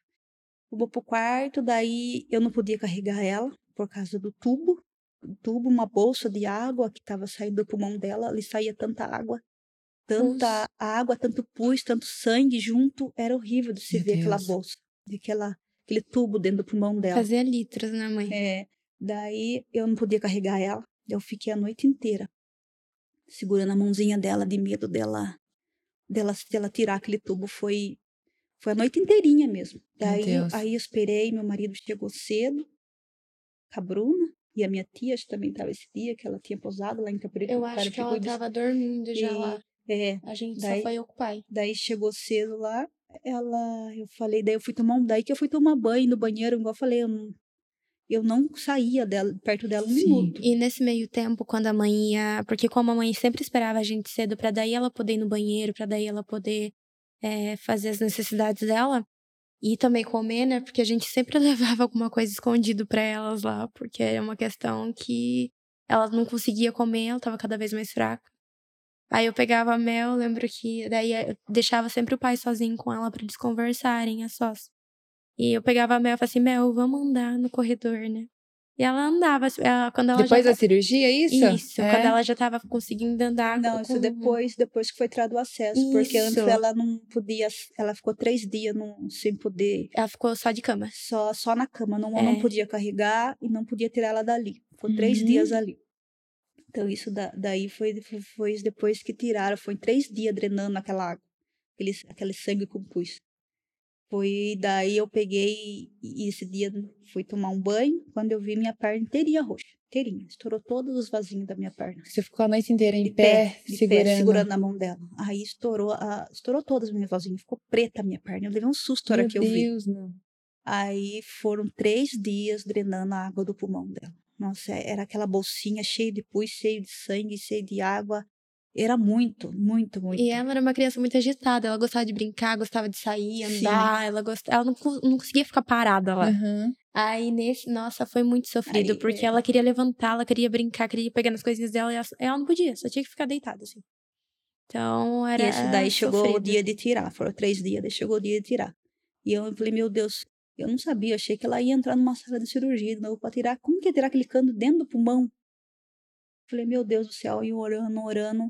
quarto, daí eu não podia carregar ela, por causa do tubo, uma bolsa de água que estava saindo do pulmão dela, ali saía tanta água, tanto pus, tanto sangue junto, era horrível de se ver aquela bolsa, aquele tubo dentro do pulmão dela. Fazia litros, né, mãe? Daí eu não podia carregar ela, eu fiquei a noite inteira segurando a mãozinha dela, de medo dela tirar aquele tubo, foi a noite inteirinha mesmo. Aí eu esperei, meu marido chegou cedo, com a Bruna, e a minha tia também estava esse dia, que ela tinha posado lá em Capurica. Eu acho que ela estava dormindo já lá. A gente só foi eu com o pai. Daí chegou cedo lá, daí eu fui tomar daí que eu fui tomar banho no banheiro, igual eu falei, eu não saía perto dela um minuto. E nesse meio tempo, quando a mãe ia... Porque como a mãe sempre esperava a gente cedo, pra daí ela poder ir no banheiro, pra daí ela poder fazer as necessidades dela. E também comer, né? Porque a gente sempre levava alguma coisa escondido pra elas lá. Porque é uma questão que ela não conseguia comer, ela tava cada vez mais fraca. Aí eu pegava a Mel, lembro que... Daí eu deixava sempre o pai sozinho com ela pra eles conversarem, a sós. E eu pegava a Mel e falava assim, Mel, vamos andar no corredor, né? E ela andava, quando ela depois da cirurgia, isso? Isso, quando ela já tava conseguindo andar. Não, isso depois que foi tirado o acesso. Isso. Porque antes ela não podia, ela ficou 3 dias sem poder. Ela ficou só de cama. Só na cama, não podia carregar e não podia tirar ela dali. Ficou 3 dias ali. Então isso daí foi depois que tiraram, foi 3 dias drenando aquela água, aquele sangue com pus. Foi daí eu peguei e esse dia fui tomar um banho, quando eu vi minha perna inteirinha roxa, inteirinha, estourou todos os vasinhos da minha perna. Você ficou a noite inteira em pé, segurando a mão dela. Aí estourou todas as minhas vasinhas, ficou preta a minha perna. Eu levei um susto na hora que eu vi. Meu Deus, não. Aí foram 3 dias drenando a água do pulmão dela. Nossa, era aquela bolsinha cheia de pus, cheia de sangue, cheia de água. Era muito, muito, muito. E ela era uma criança muito agitada. Ela gostava de brincar, gostava de sair, andar. Ela não conseguia ficar parada lá. Aí nossa, foi muito sofrido. Porque ela queria levantar, ela queria brincar, queria pegar nas coisinhas dela. E ela não podia, só tinha que ficar deitada, assim. Então, era. E esse daí chegou o dia de tirar. Foram 3 dias, daí chegou o dia de tirar. E eu falei, meu Deus, eu não sabia. Eu achei que ela ia entrar numa sala de cirurgia de novo pra tirar. Como que ia tirar aquele cano dentro do pulmão? Falei, meu Deus do céu. E orando.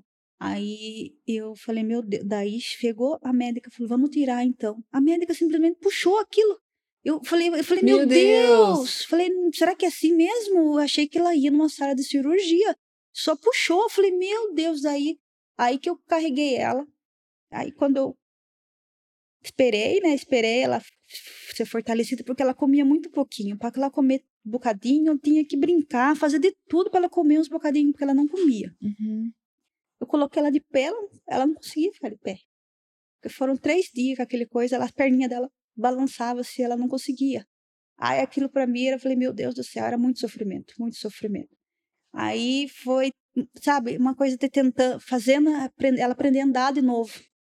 Aí eu falei, meu Deus. Daí chegou a médica, falou, vamos tirar então. A médica simplesmente puxou aquilo. Eu falei, meu Deus! Falei, será que é assim mesmo? Eu achei que ela ia numa sala de cirurgia. Só puxou. Eu falei, meu Deus. Aí que eu carreguei ela. Aí quando eu Esperei ela ser fortalecida, porque ela comia muito pouquinho. Para ela comer um bocadinho, eu tinha que brincar, fazer de tudo para ela comer uns bocadinhos, porque ela não comia. Eu coloquei ela de pé, ela não conseguia ficar de pé. Porque foram 3 dias com aquele coisa, as perninhas dela balançavam assim, ela não conseguia. Aí aquilo para mim, eu falei, meu Deus do céu, era muito sofrimento, muito sofrimento. Aí foi, sabe, uma coisa de tentando, fazendo ela aprender a andar de novo.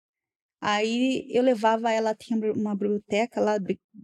Aí eu levava ela, tinha uma biblioteca lá,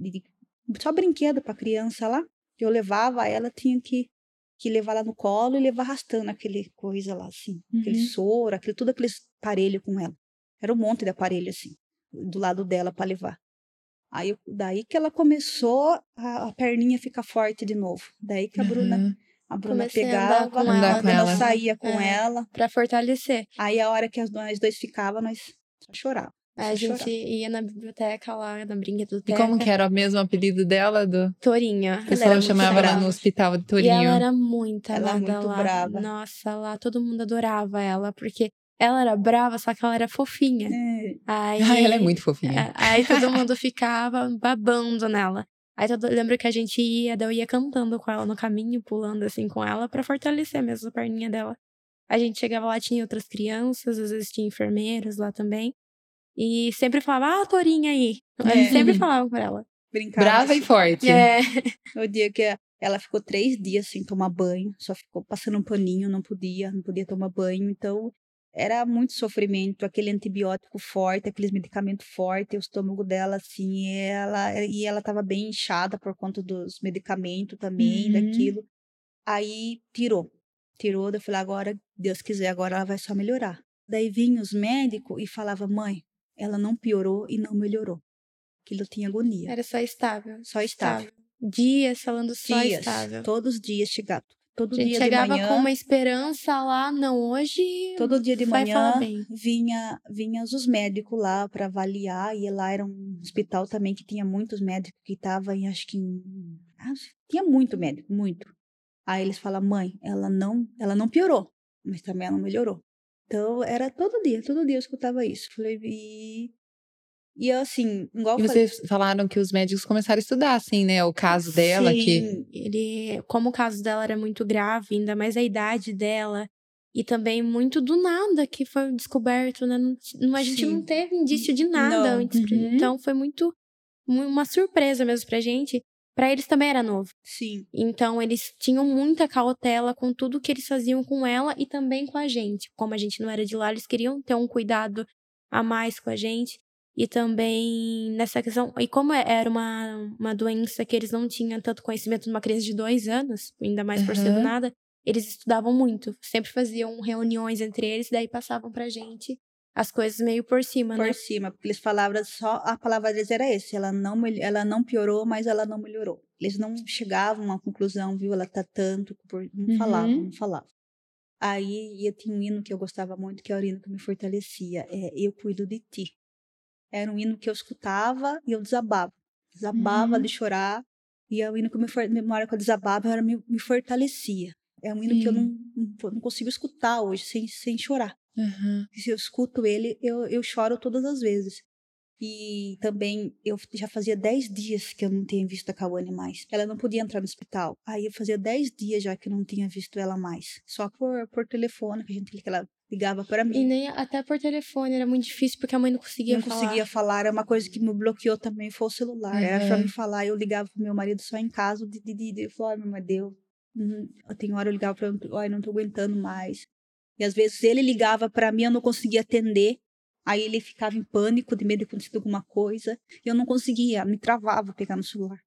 só brinquedo para criança lá. Eu levava ela, tinha que levar ela no colo e levar arrastando aquele coisa lá, assim. Aquele soro, tudo aqueles aparelho com ela. Era um monte de aparelho, assim, do lado dela para levar. Aí, daí que ela começou a perninha ficar forte de novo. Daí que a Bruna pegava, a Bruna saía com ela. Pra fortalecer. Aí a hora que nós dois ficava, nós só chorava. A gente ia na biblioteca lá, na brinquedoteca. E como que era o mesmo apelido dela? Torinha. O pessoal chamava ela no hospital de Torinho. E ela era muito amada lá. Ela muito brava. Nossa, lá todo mundo adorava ela, porque ela era brava, só que ela era fofinha. Aí, ela é muito fofinha. Aí todo mundo ficava babando nela. Aí eu lembro que a gente eu ia cantando com ela no caminho, pulando assim com ela, pra fortalecer mesmo a perninha dela. A gente chegava lá, tinha outras crianças, às vezes tinha enfermeiros lá também. E sempre falava, Torinha aí. Sempre falavam por ela. Brincava brava assim. E forte. No dia que ela ficou 3 dias sem tomar banho, só ficou passando um paninho, não podia tomar banho. Então, era muito sofrimento, aquele antibiótico forte, aqueles medicamentos fortes, o estômago dela, assim, ela estava bem inchada por conta dos medicamentos também, daquilo. Aí, tirou, eu falei, agora, Deus quiser, agora ela vai só melhorar. Daí vinham os médicos e falavam, mãe, ela não piorou e não melhorou. Aquilo tinha agonia. Era só estável. Só estável. Dias falando só estável. Todos os dias chegava. Todo dia de manhã. A gente chegava com uma esperança lá, não, hoje todo dia de vai manhã falar bem. vinha os médicos lá para avaliar, e lá era um hospital também que tinha muitos médicos que estavam em, tinha muito médico, muito. Aí eles falam, mãe, ela não piorou, mas também ela não melhorou. Então, era todo dia eu escutava isso. Falei, e eu, assim, igual E vocês falaram que os médicos começaram a estudar, assim, né? O caso dela. Sim, como o caso dela era muito grave, ainda mais a idade dela. E também muito do nada que foi descoberto, né? A gente não teve indício de nada antes. Então, foi uma surpresa mesmo pra gente. Pra eles também era novo. Sim. Então, eles tinham muita cautela com tudo que eles faziam com ela e também com a gente. Como a gente não era de lá, eles queriam ter um cuidado a mais com a gente. E também nessa questão... E como era uma doença que eles não tinham tanto conhecimento de uma criança de 2 anos, ainda mais por ser do nada, eles estudavam muito. Sempre faziam reuniões entre eles, daí passavam pra gente as coisas meio por cima, né? Por cima, porque eles falavam só... A palavra deles era essa. Ela não piorou, mas ela não melhorou. Eles não chegavam a uma conclusão, viu? Ela tá tanto... Não falavam. Aí eu tinha um hino que eu gostava muito, que é o hino que me fortalecia. Eu cuido de ti. Era um hino que eu escutava e eu desabava. Desabava de chorar. E é um hino que na hora que eu desabava, me fortalecia. É um hino que eu não consigo escutar hoje sem chorar. Se eu escuto ele, eu choro todas as vezes. E também, eu já fazia 10 dias que eu não tinha visto a Cauane mais. Ela não podia entrar no hospital. Aí eu fazia 10 dias já que eu não tinha visto ela mais. Só por telefone, que ela ligava para mim. E nem até por telefone, era muito difícil, porque a mãe não conseguia falar. Não conseguia falar, era uma coisa que me bloqueou também, foi o celular. Era para me falar, eu ligava pro meu marido só em casa, eu falava, meu Deus, tem hora eu ligava para ele, olha, não tô aguentando mais. E às vezes ele ligava para mim, eu não conseguia atender. Aí ele ficava em pânico, de medo de acontecer alguma coisa. E eu não conseguia, me travava pegar no celular.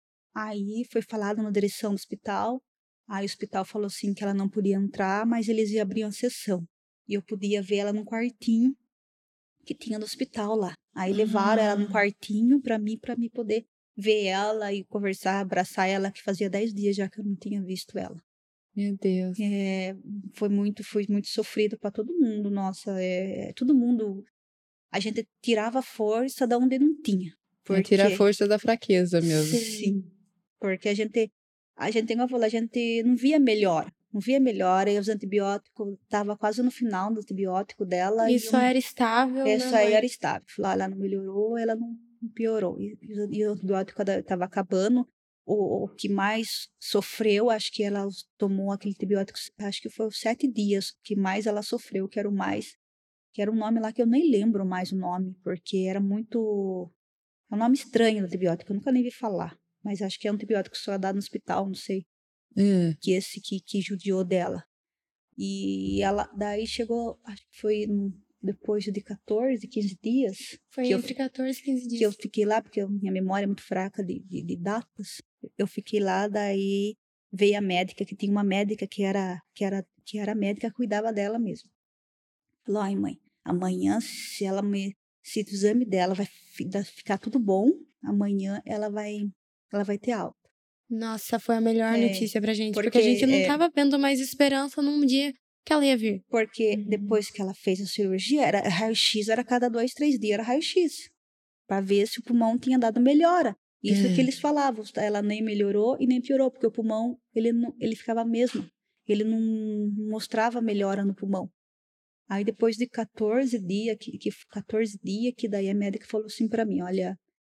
Aí foi falado na direção do hospital. Aí o hospital falou assim que ela não podia entrar, mas eles iam abrir uma sessão. E eu podia ver ela num quartinho que tinha no hospital lá. Aí levaram ela num quartinho para mim poder ver ela e conversar, abraçar ela, que fazia 10 dias já que eu não tinha visto ela. Meu Deus. Foi muito sofrido para todo mundo. Nossa, todo mundo... A gente tirava força de onde não tinha. Tira a força da fraqueza mesmo. Sim. Porque a gente, igual falou, a gente não via melhor. Não via melhora, e os antibióticos, tava quase no final do antibiótico dela. E só era estável, né, Isso aí mãe? era estável. Ela não melhorou, ela não piorou. E o antibiótico estava acabando. O que mais sofreu, acho que ela tomou aquele antibiótico, acho que foi os 7 dias que mais ela sofreu, que era um nome lá que eu nem lembro mais o nome, porque era muito... É um nome estranho do antibiótico, eu nunca nem vi falar. Mas acho que é um antibiótico só dado no hospital, não sei. Que esse que judiou dela. E ela daí chegou, acho que foi depois de 14, 15 dias. Foi entre 14 e 15 dias. Que eu fiquei lá, porque minha memória é muito fraca de datas. Eu fiquei lá, daí veio a médica, que tinha uma médica que era a médica que cuidava dela mesmo. Falou, ai mãe, amanhã se o exame dela vai ficar tudo bom, amanhã ela vai ter alta. Nossa, foi a melhor notícia pra gente, porque a gente não tava vendo mais esperança num dia que ela ia vir. Porque depois que ela fez a cirurgia, raio-x era cada 2, 3 dias, era raio-x. Para ver se o pulmão tinha dado melhora. Isso que eles falavam. Ela nem melhorou e nem piorou, porque o pulmão, ele ficava mesmo. Ele não mostrava melhora no pulmão. Aí depois de 14 dias, que daí a médica falou assim para mim, olha,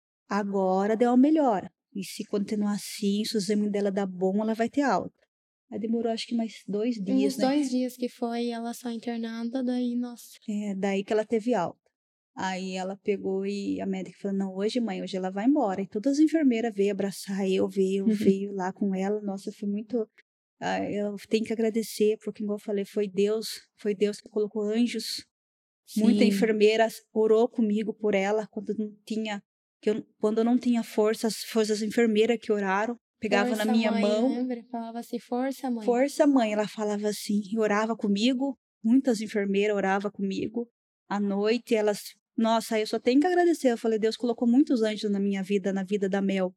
agora deu uma melhora. E se continuar assim, se o exame dela dá bom, ela vai ter alta. Aí demorou acho que mais 2 dias, uns 2 dias que foi, ela só internada, daí, nossa. Daí que ela teve alta. Aí ela pegou e a médica falou, não, hoje ela vai embora. E todas as enfermeiras veio abraçar veio lá com ela. Nossa, foi muito... eu tenho que agradecer, porque, como eu falei, foi Deus que colocou anjos. Sim. Muita enfermeira orou comigo por ela, quando eu não tinha forças, foi as enfermeiras que oraram. Pegava força, na minha mãe, mão. Lembra? Falava assim, força, mãe. Força, mãe. Ela falava assim, e orava comigo. Muitas enfermeiras oravam comigo. À noite, nossa, eu só tenho que agradecer. Eu falei, Deus colocou muitos anjos na minha vida, na vida da Mel.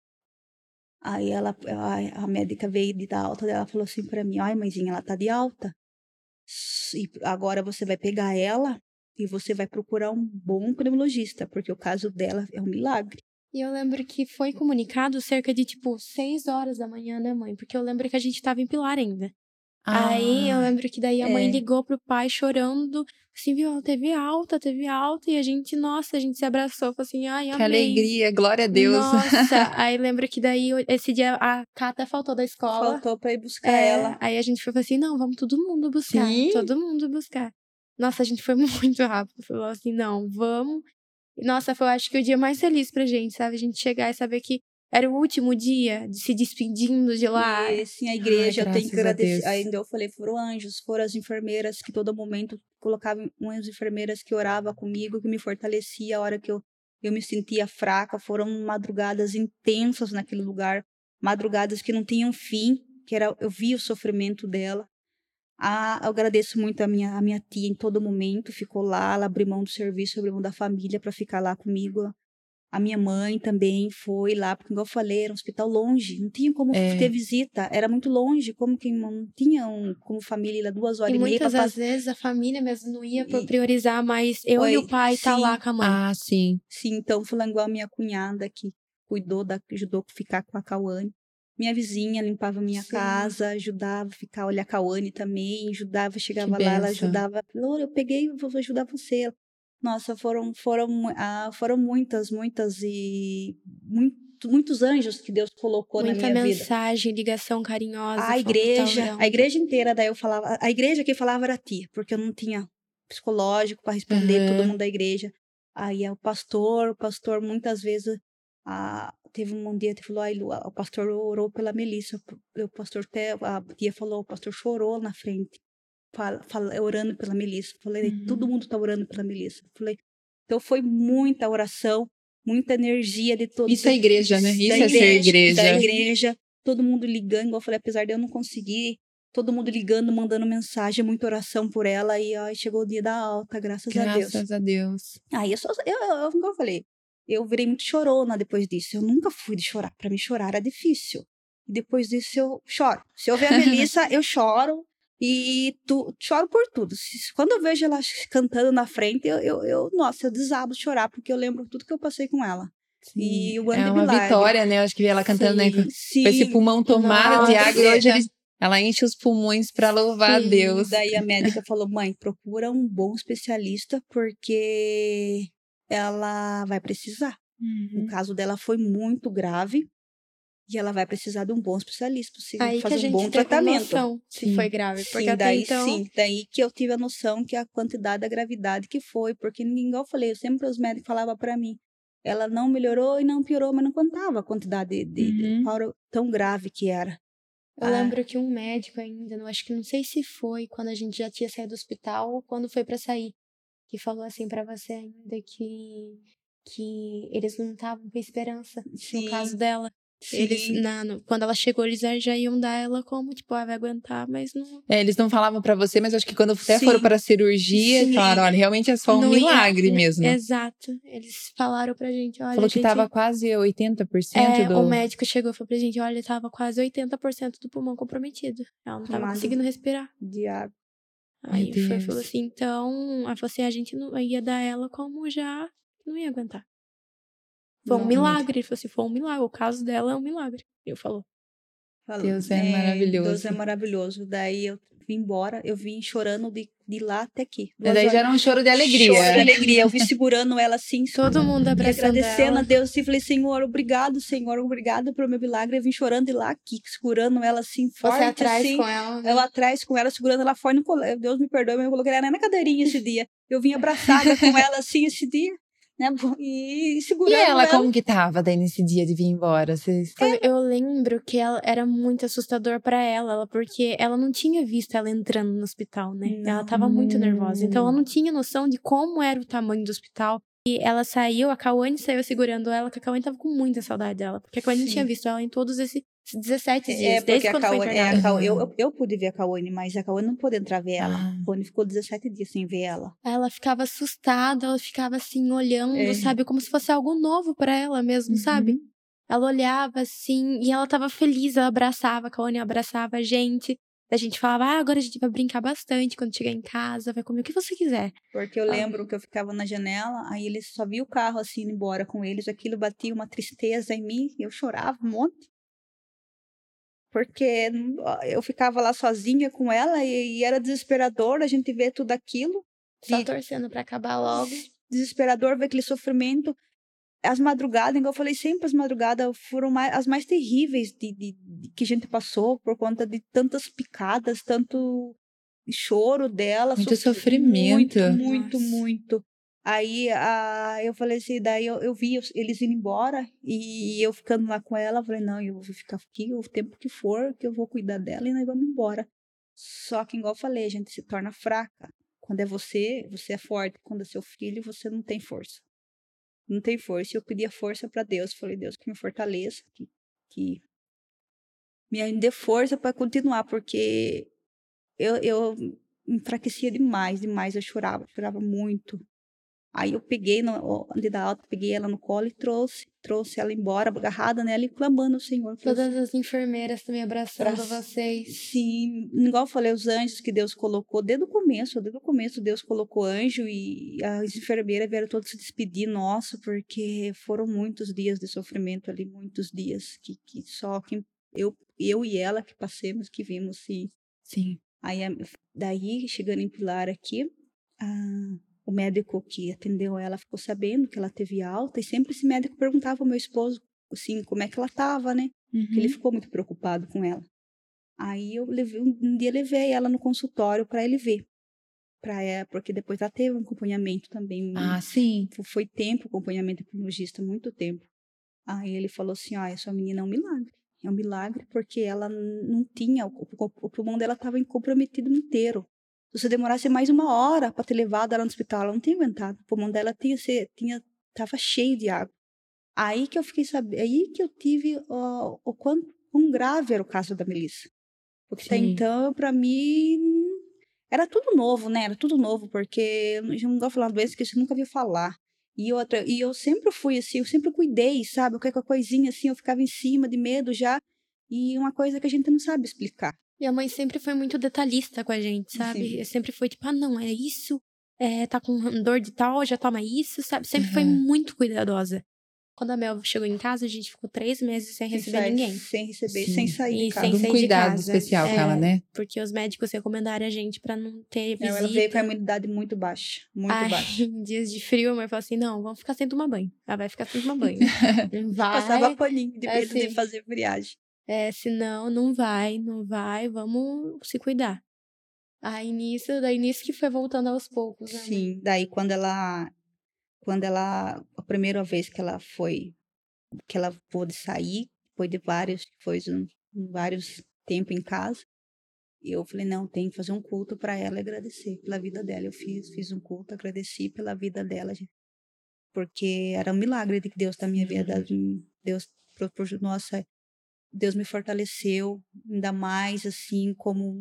Aí a médica veio de dar alta dela, falou assim para mim, ai, mãezinha, ela tá de alta. E agora você vai pegar ela e você vai procurar um bom pneumologista, porque o caso dela é um milagre. E eu lembro que foi comunicado cerca de, 6 horas da manhã, né, mãe? Porque eu lembro que a gente tava em Pilar ainda. Aí eu lembro que daí a mãe ligou pro pai chorando, assim, viu, ela teve alta, e a gente se abraçou, falou assim, ai, amém. Que alegria, glória a Deus. Nossa, aí lembro que daí, esse dia, a Cata faltou da escola. Faltou pra ir buscar ela. Aí a gente foi assim, não, vamos todo mundo buscar. Sim. Todo mundo buscar. Nossa, a gente foi muito rápido, falou assim, não, vamos. Nossa, foi, acho que o dia mais feliz pra gente, sabe? A gente chegar e saber que era o último dia de se despedindo de lá. E sim, a igreja, eu tenho que agradecer. Ainda eu falei, foram anjos, foram as enfermeiras que todo momento colocavam, umas enfermeiras que oravam comigo, que me fortalecia a hora que eu me sentia fraca. Foram madrugadas intensas naquele lugar, madrugadas que não tinham fim, eu via o sofrimento dela. Eu agradeço muito a minha tia em todo momento, ficou lá, ela abriu mão do serviço, abriu mão da família para ficar lá comigo. A minha mãe também foi lá, porque, como eu falei, era um hospital longe, não tinha como ter visita, era muito longe, como que não tinha como família ir lá 2 horas e meia. E muitas das vezes a família mesmo não ia priorizar, mas eu e o pai tá lá com a mãe. Ah, sim. Sim, então falando igual a minha cunhada que ajudou a ficar com a Cauane. Minha vizinha limpava a minha casa, ajudava a ficar, olhar a Cauane também, chegava lá, ela ajudava. Falou, eu peguei, vou ajudar você. Nossa, foram muitas e muitos anjos que Deus colocou na minha vida. Muita mensagem, ligação carinhosa. A igreja inteira, daí eu falava, a igreja que falava era a tia, porque eu não tinha psicológico para responder todo mundo da igreja. Aí o pastor muitas vezes, teve um dia que falou, o pastor orou pela Melissa, a tia falou, o pastor chorou na frente. Orando pela Melissa. Falei, todo mundo tá orando pela Melissa. Falei, então foi muita oração, muita energia de todos. Isso é igreja, né? Isso é ser igreja. Da igreja, todo mundo ligando, igual eu falei, apesar de eu não conseguir, todo mundo ligando, mandando mensagem, muita oração por ela, e chegou o dia da alta, graças a Deus. Graças a Deus. Aí como eu falei, eu virei muito chorona depois disso. Eu nunca fui de chorar. Pra mim, chorar era difícil. E depois disso, eu choro. Se eu ver a Melissa, eu choro. E choro por tudo. Quando eu vejo ela cantando na frente, eu desabo de chorar, porque eu lembro tudo que eu passei com ela. Sim. E o é uma vitória, né? Eu acho que vi ela cantando, né? Com esse pulmão tomado de água. E hoje Ela enche os pulmões para louvar a Deus. Daí a médica falou, mãe, procura um bom especialista, porque ela vai precisar. O caso dela foi muito grave. E ela vai precisar de um bom especialista para fazer um bom tratamento. Noção se foi grave. Porque até daí então... sim, daí que eu tive a noção que a quantidade da gravidade que foi. Porque, igual eu falei, sempre os médicos falavam para mim, ela não melhorou e não piorou, mas não contava a quantidade de tão grave que era. Eu lembro que um médico ainda, não sei se foi quando a gente já tinha saído do hospital ou quando foi para sair, que falou assim para você ainda que eles não estavam com esperança no caso dela. Sim. Eles, quando ela chegou, eles já iam dar ela como, tipo, vai aguentar, mas não... Eles não falavam pra você, mas acho que quando até foram pra cirurgia, falaram, olha, realmente é só um milagre mesmo. Exato. Eles falaram pra gente, olha... Falou que tava quase 80% do... O médico chegou e falou pra gente, olha, tava quase 80% do pulmão comprometido. Ela não tava conseguindo respirar. De água. Aí falou assim, então... Ela falou assim, a gente não ia dar ela como já não ia aguentar. Foi um milagre. Ele falou assim, foi um milagre. O caso dela é um milagre. Ele falou. Deus é maravilhoso. Deus é maravilhoso. Daí eu vim embora, eu vim chorando de lá até aqui. Mas daí já era um choro de alegria. Choro de alegria. Eu vim segurando ela assim. Todo mundo abraçando agradecendo ela. a Deus. E falei, Senhor, obrigado pelo meu milagre. Eu vim chorando de lá aqui, segurando ela assim, forte. Você atrás assim, com ela. Eu atrás com ela, segurando ela forte. Deus me perdoe, mas eu coloquei ela na cadeirinha esse dia. Eu vim abraçada com ela assim esse dia. Né? E segurando ela. Como que tava daí nesse dia de vir embora? Eu lembro que ela era muito assustador pra ela, porque ela não tinha visto ela entrando no hospital, né? Não. Ela tava muito nervosa, então ela não tinha noção de como era o tamanho do hospital. E ela saiu, a Cauane saiu segurando ela, porque a Cauane tava com muita saudade dela, porque a Cauane não tinha visto ela em todos esses 17 dias, desde quando foi internada. Eu pude ver a Cauane, mas a Cauane não pôde entrar ver ela. A Cauane ficou 17 dias sem ver ela. Ela ficava assustada, ela ficava assim, olhando, sabe? Como se fosse algo novo pra ela mesmo, sabe? Ela olhava assim, e ela tava feliz, ela abraçava, a Cauane abraçava a gente. A gente falava, agora a gente vai brincar bastante quando chegar em casa, vai comer o que você quiser. Porque eu lembro que eu ficava na janela, aí eles só viam o carro assim, indo embora com eles, aquilo batia uma tristeza em mim, eu chorava um monte. Porque eu ficava lá sozinha com ela e era desesperador a gente ver tudo aquilo. Só torcendo pra acabar logo. Desesperador ver aquele sofrimento. As madrugadas, igual eu falei, sempre as madrugadas foram as mais terríveis que a gente passou por conta de tantas picadas, tanto choro dela. Muito sofrimento. Muito. Aí eu falei assim, daí eu vi eles indo embora e eu ficando lá com ela, eu falei, não, eu vou ficar aqui o tempo que for, que eu vou cuidar dela e nós vamos embora. Só que, igual eu falei, a gente se torna fraca. Quando é você é forte. Quando é seu filho, você não tem força. Não tem força. E eu pedi a força para Deus. Falei, Deus, que me fortaleça, que me dê força para continuar, porque eu enfraquecia demais. Eu chorava muito. Aí eu peguei, antes da alta, peguei ela no colo e trouxe ela embora, agarrada nela e clamando ao Senhor. Todas as enfermeiras também abraçando vocês. Sim, igual eu falei, os anjos que Deus colocou, desde o começo Deus colocou anjo e as enfermeiras vieram todas se despedir, nossa, porque foram muitos dias de sofrimento ali, muitos dias que só que eu e ela que passemos, que vimos, sim. Sim. Aí, daí, chegando em Pilar aqui, o médico que atendeu ela ficou sabendo que ela teve alta e sempre esse médico perguntava ao meu esposo, assim, como é que ela estava, né? Que ele ficou muito preocupado com ela. Aí um dia levei ela no consultório para ele ver. Porque depois ela teve um acompanhamento também. Sim. Foi tempo acompanhamento epidemiologista, muito tempo. Aí ele falou assim, essa menina é um milagre. É um milagre porque ela não tinha, o pulmão dela estava comprometido inteiro. Se você demorasse mais 1 hora para ter levado ela no hospital, ela não tinha aguentado. O pulmão dela estava cheio de água. Aí que eu fiquei sabendo, aí que eu tive o quão grave era o caso da Melissa. Porque até então, para mim, era tudo novo, né? Era tudo novo, porque eu não gosto de falar uma doença que você nunca viu falar. E eu sempre fui assim, eu sempre cuidei, sabe? Qualquer coisinha assim, eu ficava em cima de medo já. E uma coisa que a gente não sabe explicar. Minha mãe sempre foi muito detalhista com a gente, sabe? Eu sempre foi tipo, não, é isso, tá com dor de tal, já toma isso, sabe? Sempre foi muito cuidadosa. Quando a Mel chegou em casa, a gente ficou 3 meses sem receber ninguém. Sem receber, Sim. sem sair de E casa. sem sair Um de cuidado casa. especial com ela, né? Porque os médicos recomendaram a gente pra não ter visita. Ela veio com a imunidade muito baixa. Muito baixa. Em dias de frio, a mãe falou assim, não, vamos ficar sem tomar banho. Ela vai ficar sem tomar banho. Passava paninho de medo assim, de fazer friagem. Senão, não vai, vamos se cuidar. Daí nisso que foi voltando aos poucos, né? Sim, daí quando ela, a primeira vez que ela pôde sair, foi de vários tempos em casa, eu falei, não, tem que fazer um culto para ela e agradecer pela vida dela. Eu fiz um culto, agradeci pela vida dela, porque era um milagre de Deus na minha vida. Deus proporcionou, nossa, Deus me fortaleceu, ainda mais assim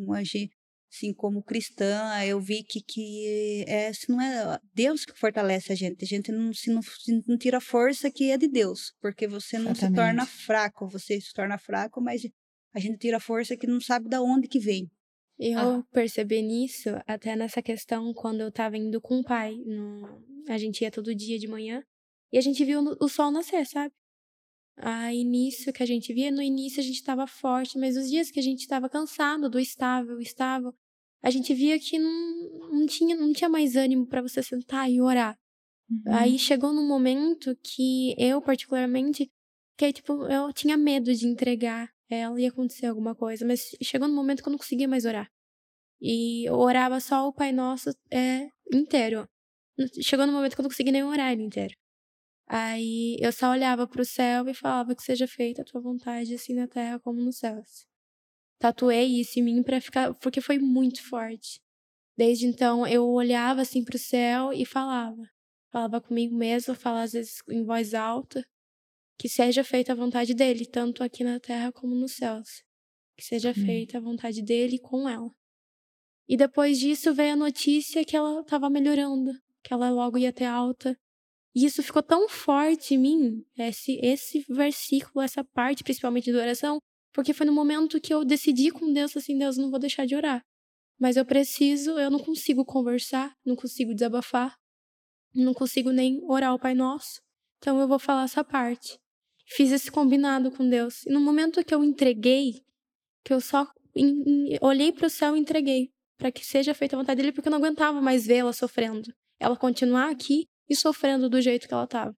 como cristã, eu vi que se não é Deus que fortalece a gente não tira a força que é de Deus, porque você não se torna fraco, você se torna fraco, mas a gente tira a força que não sabe de onde que vem. Eu percebi nisso até nessa questão quando eu tava indo com o pai. A gente ia todo dia de manhã e a gente viu o sol nascer, sabe? Aí nisso que a gente via, no início a gente tava forte, mas os dias que a gente tava cansado do estável, a gente via que não tinha mais ânimo pra você sentar e orar. Aí chegou num momento que eu, particularmente, que tipo, eu tinha medo de entregar ela e acontecer alguma coisa, mas chegou num momento que eu não conseguia mais orar. E eu orava só o Pai Nosso inteiro. Chegou num momento que eu não conseguia nem orar ele inteiro. Aí eu só olhava pro céu e falava que seja feita a tua vontade, assim na terra como nos céus. Tatuei isso em mim porque foi muito forte. Desde então eu olhava assim pro céu e falava comigo mesma, falava às vezes em voz alta, que seja feita a vontade dele, tanto aqui na terra como nos céus. Que seja feita a vontade dele com ela. E depois disso veio a notícia que ela estava melhorando, que ela logo ia ter alta. E isso ficou tão forte em mim, esse versículo, essa parte principalmente de oração, porque foi no momento que eu decidi com Deus, assim, Deus, não vou deixar de orar. Mas eu não consigo conversar, não consigo desabafar, não consigo nem orar o Pai Nosso. Então eu vou falar essa parte. Fiz esse combinado com Deus. E no momento que eu entreguei, que eu só olhei para o céu e entreguei, para que seja feita a vontade dele, porque eu não aguentava mais vê-la sofrendo. Ela continuar aqui e sofrendo do jeito que ela estava.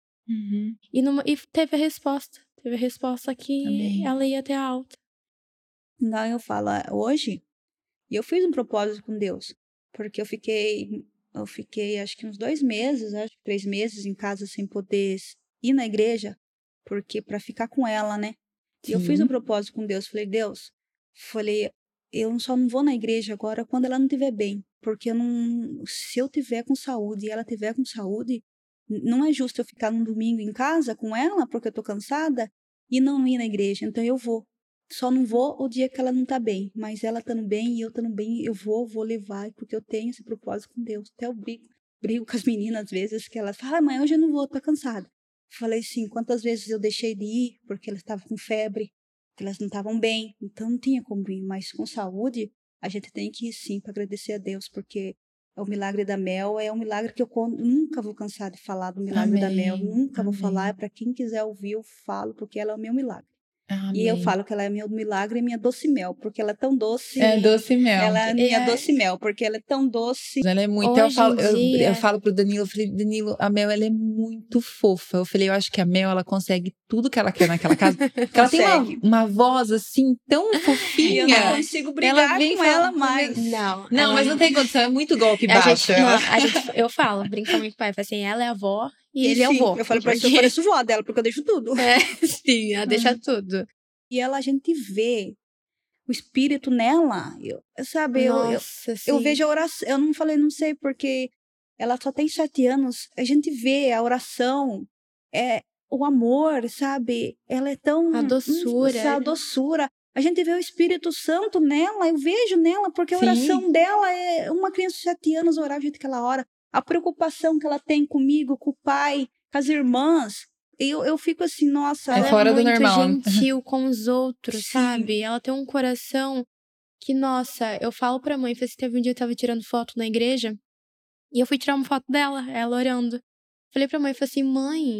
E teve a resposta. Teve a resposta que ela ia ter alta. Não, eu falo, hoje, eu fiz um propósito com Deus, porque eu fiquei acho que uns 2 meses, acho que 3 meses em casa sem poder ir na igreja, porque para ficar com ela, né? E eu fiz um propósito com Deus, falei, eu só não vou na igreja agora quando ela não estiver bem, porque se eu tiver com saúde e ela tiver com saúde, não é justo eu ficar num domingo em casa com ela, porque eu tô cansada, e não ir na igreja, então eu vou. Só não vou o dia que ela não tá bem, mas ela estando bem e eu estando bem, eu vou levar, porque eu tenho esse propósito com Deus. Até eu brigo com as meninas às vezes, que elas falam, mãe, hoje eu não vou, tô cansada. Falei sim, quantas vezes eu deixei de ir, porque elas estavam com febre, que elas não estavam bem, então não tinha como ir, mas com saúde, a gente tem que ir sim, para agradecer a Deus, porque o milagre da Mel é um milagre que eu nunca vou cansar de falar do milagre da Mel, nunca vou falar, para quem quiser ouvir eu falo, porque ela é o meu milagre. E eu falo que ela é meu milagre e minha doce mel, porque ela é tão doce. É doce mel. Ela é minha doce mel, porque ela é tão doce. Ela é muito. Eu falo pro Danilo, eu falei, Danilo, a Mel, ela é muito fofa. Eu falei, eu acho que a Mel, ela consegue tudo que ela quer naquela casa. Porque ela tem uma voz assim, tão fofinha. Eu não consigo brigar com ela mais. Não, mas não tem condição, é muito golpe baixo. Eu falo, brinco com meu pai, assim, ela é a avó e ele é o vô. Eu falo pra isso, eu pareço vó dela, porque eu deixo tudo. Sim, ela deixa tudo. E a gente vê o espírito nela, eu vejo a oração, eu não sei porque ela só tem 7 anos, a gente vê a oração, o amor, sabe? Ela é tão... A doçura. A gente vê o Espírito Santo nela, eu vejo nela, porque a oração dela é uma criança de 7 anos orar do jeito que ela ora, a preocupação que ela tem comigo, com o pai, com as irmãs. Eu fico assim, nossa... É fora do normal. Ela é muito gentil com os outros, sabe? Ela tem um coração que, nossa, eu falo pra mãe, teve um dia eu tava tirando foto na igreja, e eu fui tirar uma foto dela, ela orando. Falei pra mãe, falei assim, mãe,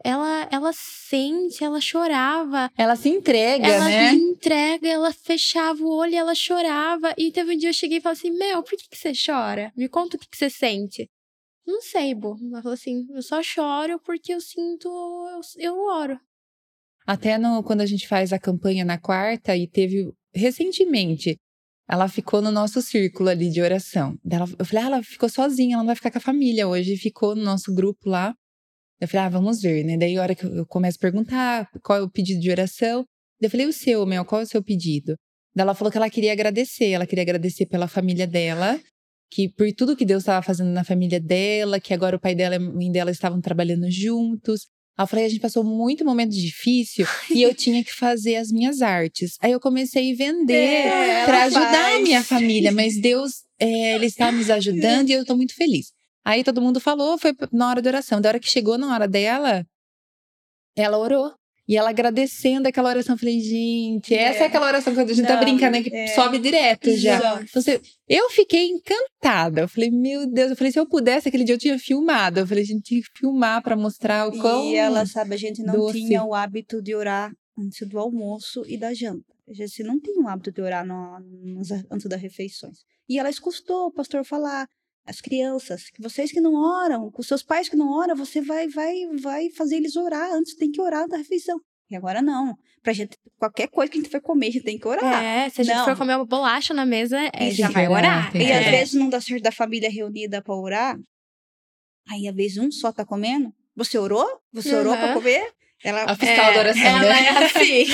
ela sente, ela chorava. Ela se entrega, ela né? Ela se entrega, ela fechava o olho e ela chorava. E teve um dia eu cheguei e falei assim, Mel, por que você chora? Me conta o que você sente. Não sei, Bo. Ela falou assim, eu só choro porque eu sinto, eu oro. Até quando a gente faz a campanha na quarta, e teve recentemente, ela ficou no nosso círculo ali de oração. Eu falei, ela ficou sozinha, ela não vai ficar com a família hoje. Ficou no nosso grupo lá. Eu falei, vamos ver, né? Daí a hora que eu começo a perguntar qual é o pedido de oração, eu falei, o seu, Mel, qual é o seu pedido? Daí ela falou que ela queria agradecer pela família dela, que por tudo que Deus estava fazendo na família dela, que agora o pai dela e a mãe dela estavam trabalhando juntos. Aí eu falei, a gente passou muito momento difícil e eu tinha que fazer as minhas artes. Aí eu comecei a vender para ajudar a minha família, mas Deus, Ele está nos ajudando e eu estou muito feliz. Aí todo mundo falou, foi na hora da oração. Da hora que chegou na hora dela, ela orou. E ela agradecendo aquela oração, eu falei, gente, essa é aquela oração que a gente tá brincando, né? Que sobe direto já. Então, eu fiquei encantada. Eu falei, meu Deus, eu falei, se eu pudesse, aquele dia eu tinha filmado. Eu falei, a gente tinha que filmar pra mostrar o quão E ela, sabe, a gente não doce. tinha o hábito de orar antes do almoço e da janta. A gente não tinha o hábito de orar antes das refeições. E ela escutou o pastor falar, as crianças, que vocês que não oram, com seus pais que não oram, você vai fazer eles orar antes, tem que orar da refeição. E agora não. Pra gente, qualquer coisa que a gente for comer, a gente tem que orar. Se a gente for comer uma bolacha na mesa, já vai orar. E às vezes não dá certo da família reunida pra orar. Aí às vezes um só tá comendo. Você orou? Você orou pra comer? A fiscal da oração, ela né? é assim.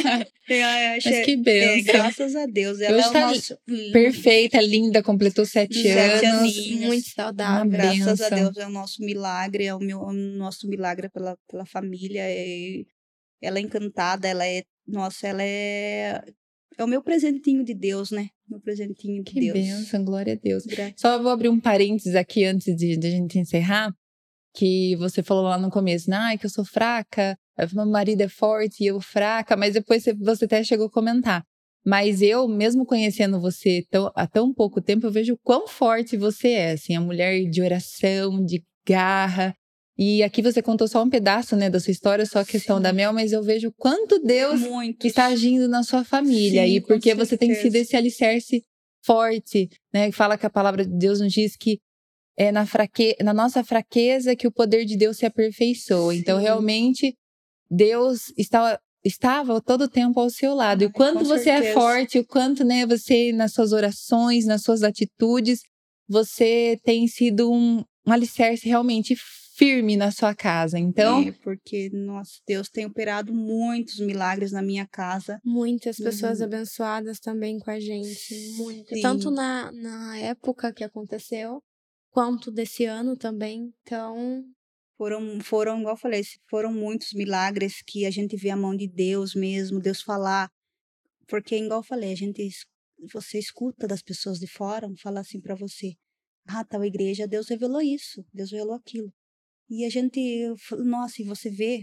Mas que bênção. Graças a Deus. Ela hoje tá perfeita, linda, completou 7 anos. Muito saudável. Graças a Deus, é o nosso milagre, é o nosso milagre pela família. Ela é encantada, ela é o meu presentinho de Deus, né? Meu presentinho de Deus. Que bênção, glória a Deus. Só vou abrir um parênteses aqui antes de a gente encerrar, que você falou lá no começo, que eu sou fraca, meu marido é forte e eu fraca, mas depois você até chegou a comentar. Mas eu, mesmo conhecendo você há tão pouco tempo, eu vejo o quão forte você é, assim, a mulher de oração, de garra. E aqui você contou só um pedaço, né, da sua história, só a questão da Mel, mas eu vejo quanto Deus está agindo na sua família. E porque você tem sido esse alicerce forte, né? Fala que a palavra de Deus nos diz que é na nossa fraqueza que o poder de Deus se aperfeiçoa. Então, realmente, Deus estava todo o tempo ao seu lado. E o quanto você é forte, o quanto, né, você, nas suas orações, nas suas atitudes, você tem sido um alicerce realmente firme na sua casa. Então, porque, nossa, Deus tem operado muitos milagres na minha casa. Muitas pessoas abençoadas também com a gente. Muitas. Tanto na época que aconteceu, quanto desse ano também. Então, foram, igual eu falei, foram muitos milagres que a gente vê a mão de Deus mesmo, Deus falar. Porque, igual eu falei, você escuta das pessoas de fora, falar assim pra você, tal igreja, Deus revelou isso, Deus revelou aquilo. E a gente, nossa, e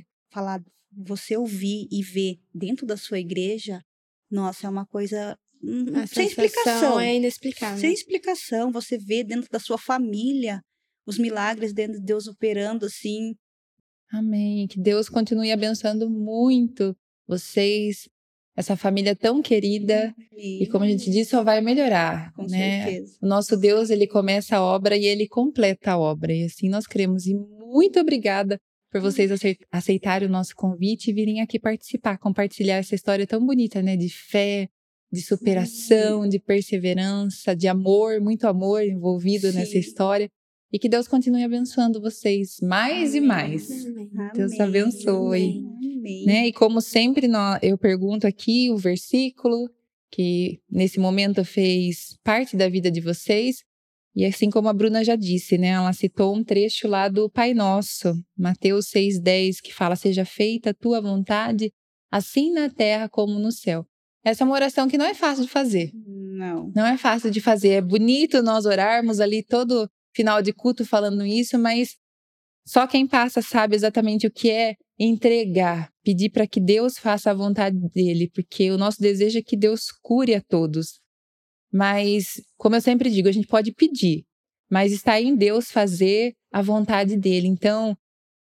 você ouvir e ver dentro da sua igreja, nossa, é uma coisa sem explicação. É inexplicável. Sem explicação, você vê dentro da sua família os milagres dentro de Deus operando assim. Amém. Que Deus continue abençoando muito vocês, essa família tão querida. E como a gente disse, só vai melhorar. Com né? certeza. O nosso Deus, Ele começa a obra e Ele completa a obra. E assim nós cremos. E muito obrigada por vocês aceitarem o nosso convite e virem aqui participar, compartilhar essa história tão bonita, né? De fé, de superação, de perseverança, de amor, muito amor envolvido nessa história. E que Deus continue abençoando vocês mais e mais. Amém. Deus abençoe. Amém. Né? E como sempre, eu pergunto aqui o versículo que nesse momento fez parte da vida de vocês. E assim como a Bruna já disse, né? Ela citou um trecho lá do Pai Nosso, Mateus 6,10, que fala, seja feita a tua vontade, assim na terra como no céu. Essa é uma oração que não é fácil de fazer. Não é fácil de fazer. É bonito nós orarmos ali todo final de culto falando isso, mas só quem passa sabe exatamente o que é entregar, pedir para que Deus faça a vontade dele, porque o nosso desejo é que Deus cure a todos. Mas, como eu sempre digo, a gente pode pedir, mas está em Deus fazer a vontade dele. Então,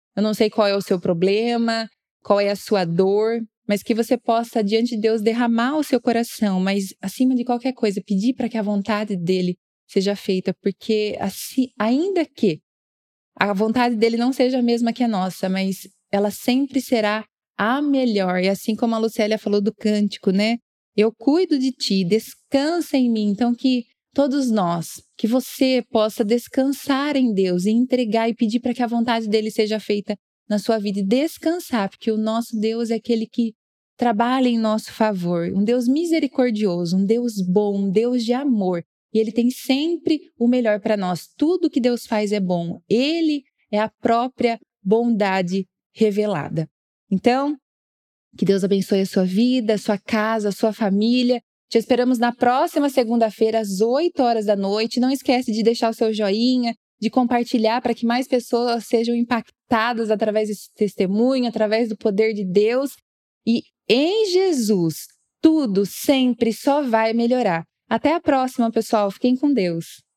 Eu não sei qual é o seu problema, qual é a sua dor, mas que você possa, diante de Deus, derramar o seu coração, mas acima de qualquer coisa, pedir para que a vontade dele seja feita, porque assim, ainda que a vontade dele não seja a mesma que a nossa, mas ela sempre será a melhor. E assim como a Lucélia falou do cântico, né? Eu cuido de ti, descansa em mim. Então que todos nós, que você possa descansar em Deus e entregar e pedir para que a vontade dele seja feita na sua vida e descansar, porque o nosso Deus é aquele que trabalha em nosso favor, um Deus misericordioso, um Deus bom, um Deus de amor. E Ele tem sempre o melhor para nós. Tudo que Deus faz é bom. Ele é a própria bondade revelada. Então, que Deus abençoe a sua vida, a sua casa, a sua família. Te esperamos na próxima segunda-feira, às 8 horas da noite. Não esquece de deixar o seu joinha, de compartilhar para que mais pessoas sejam impactadas através desse testemunho, através do poder de Deus. E em Jesus, tudo sempre só vai melhorar. Até a próxima, pessoal. Fiquem com Deus.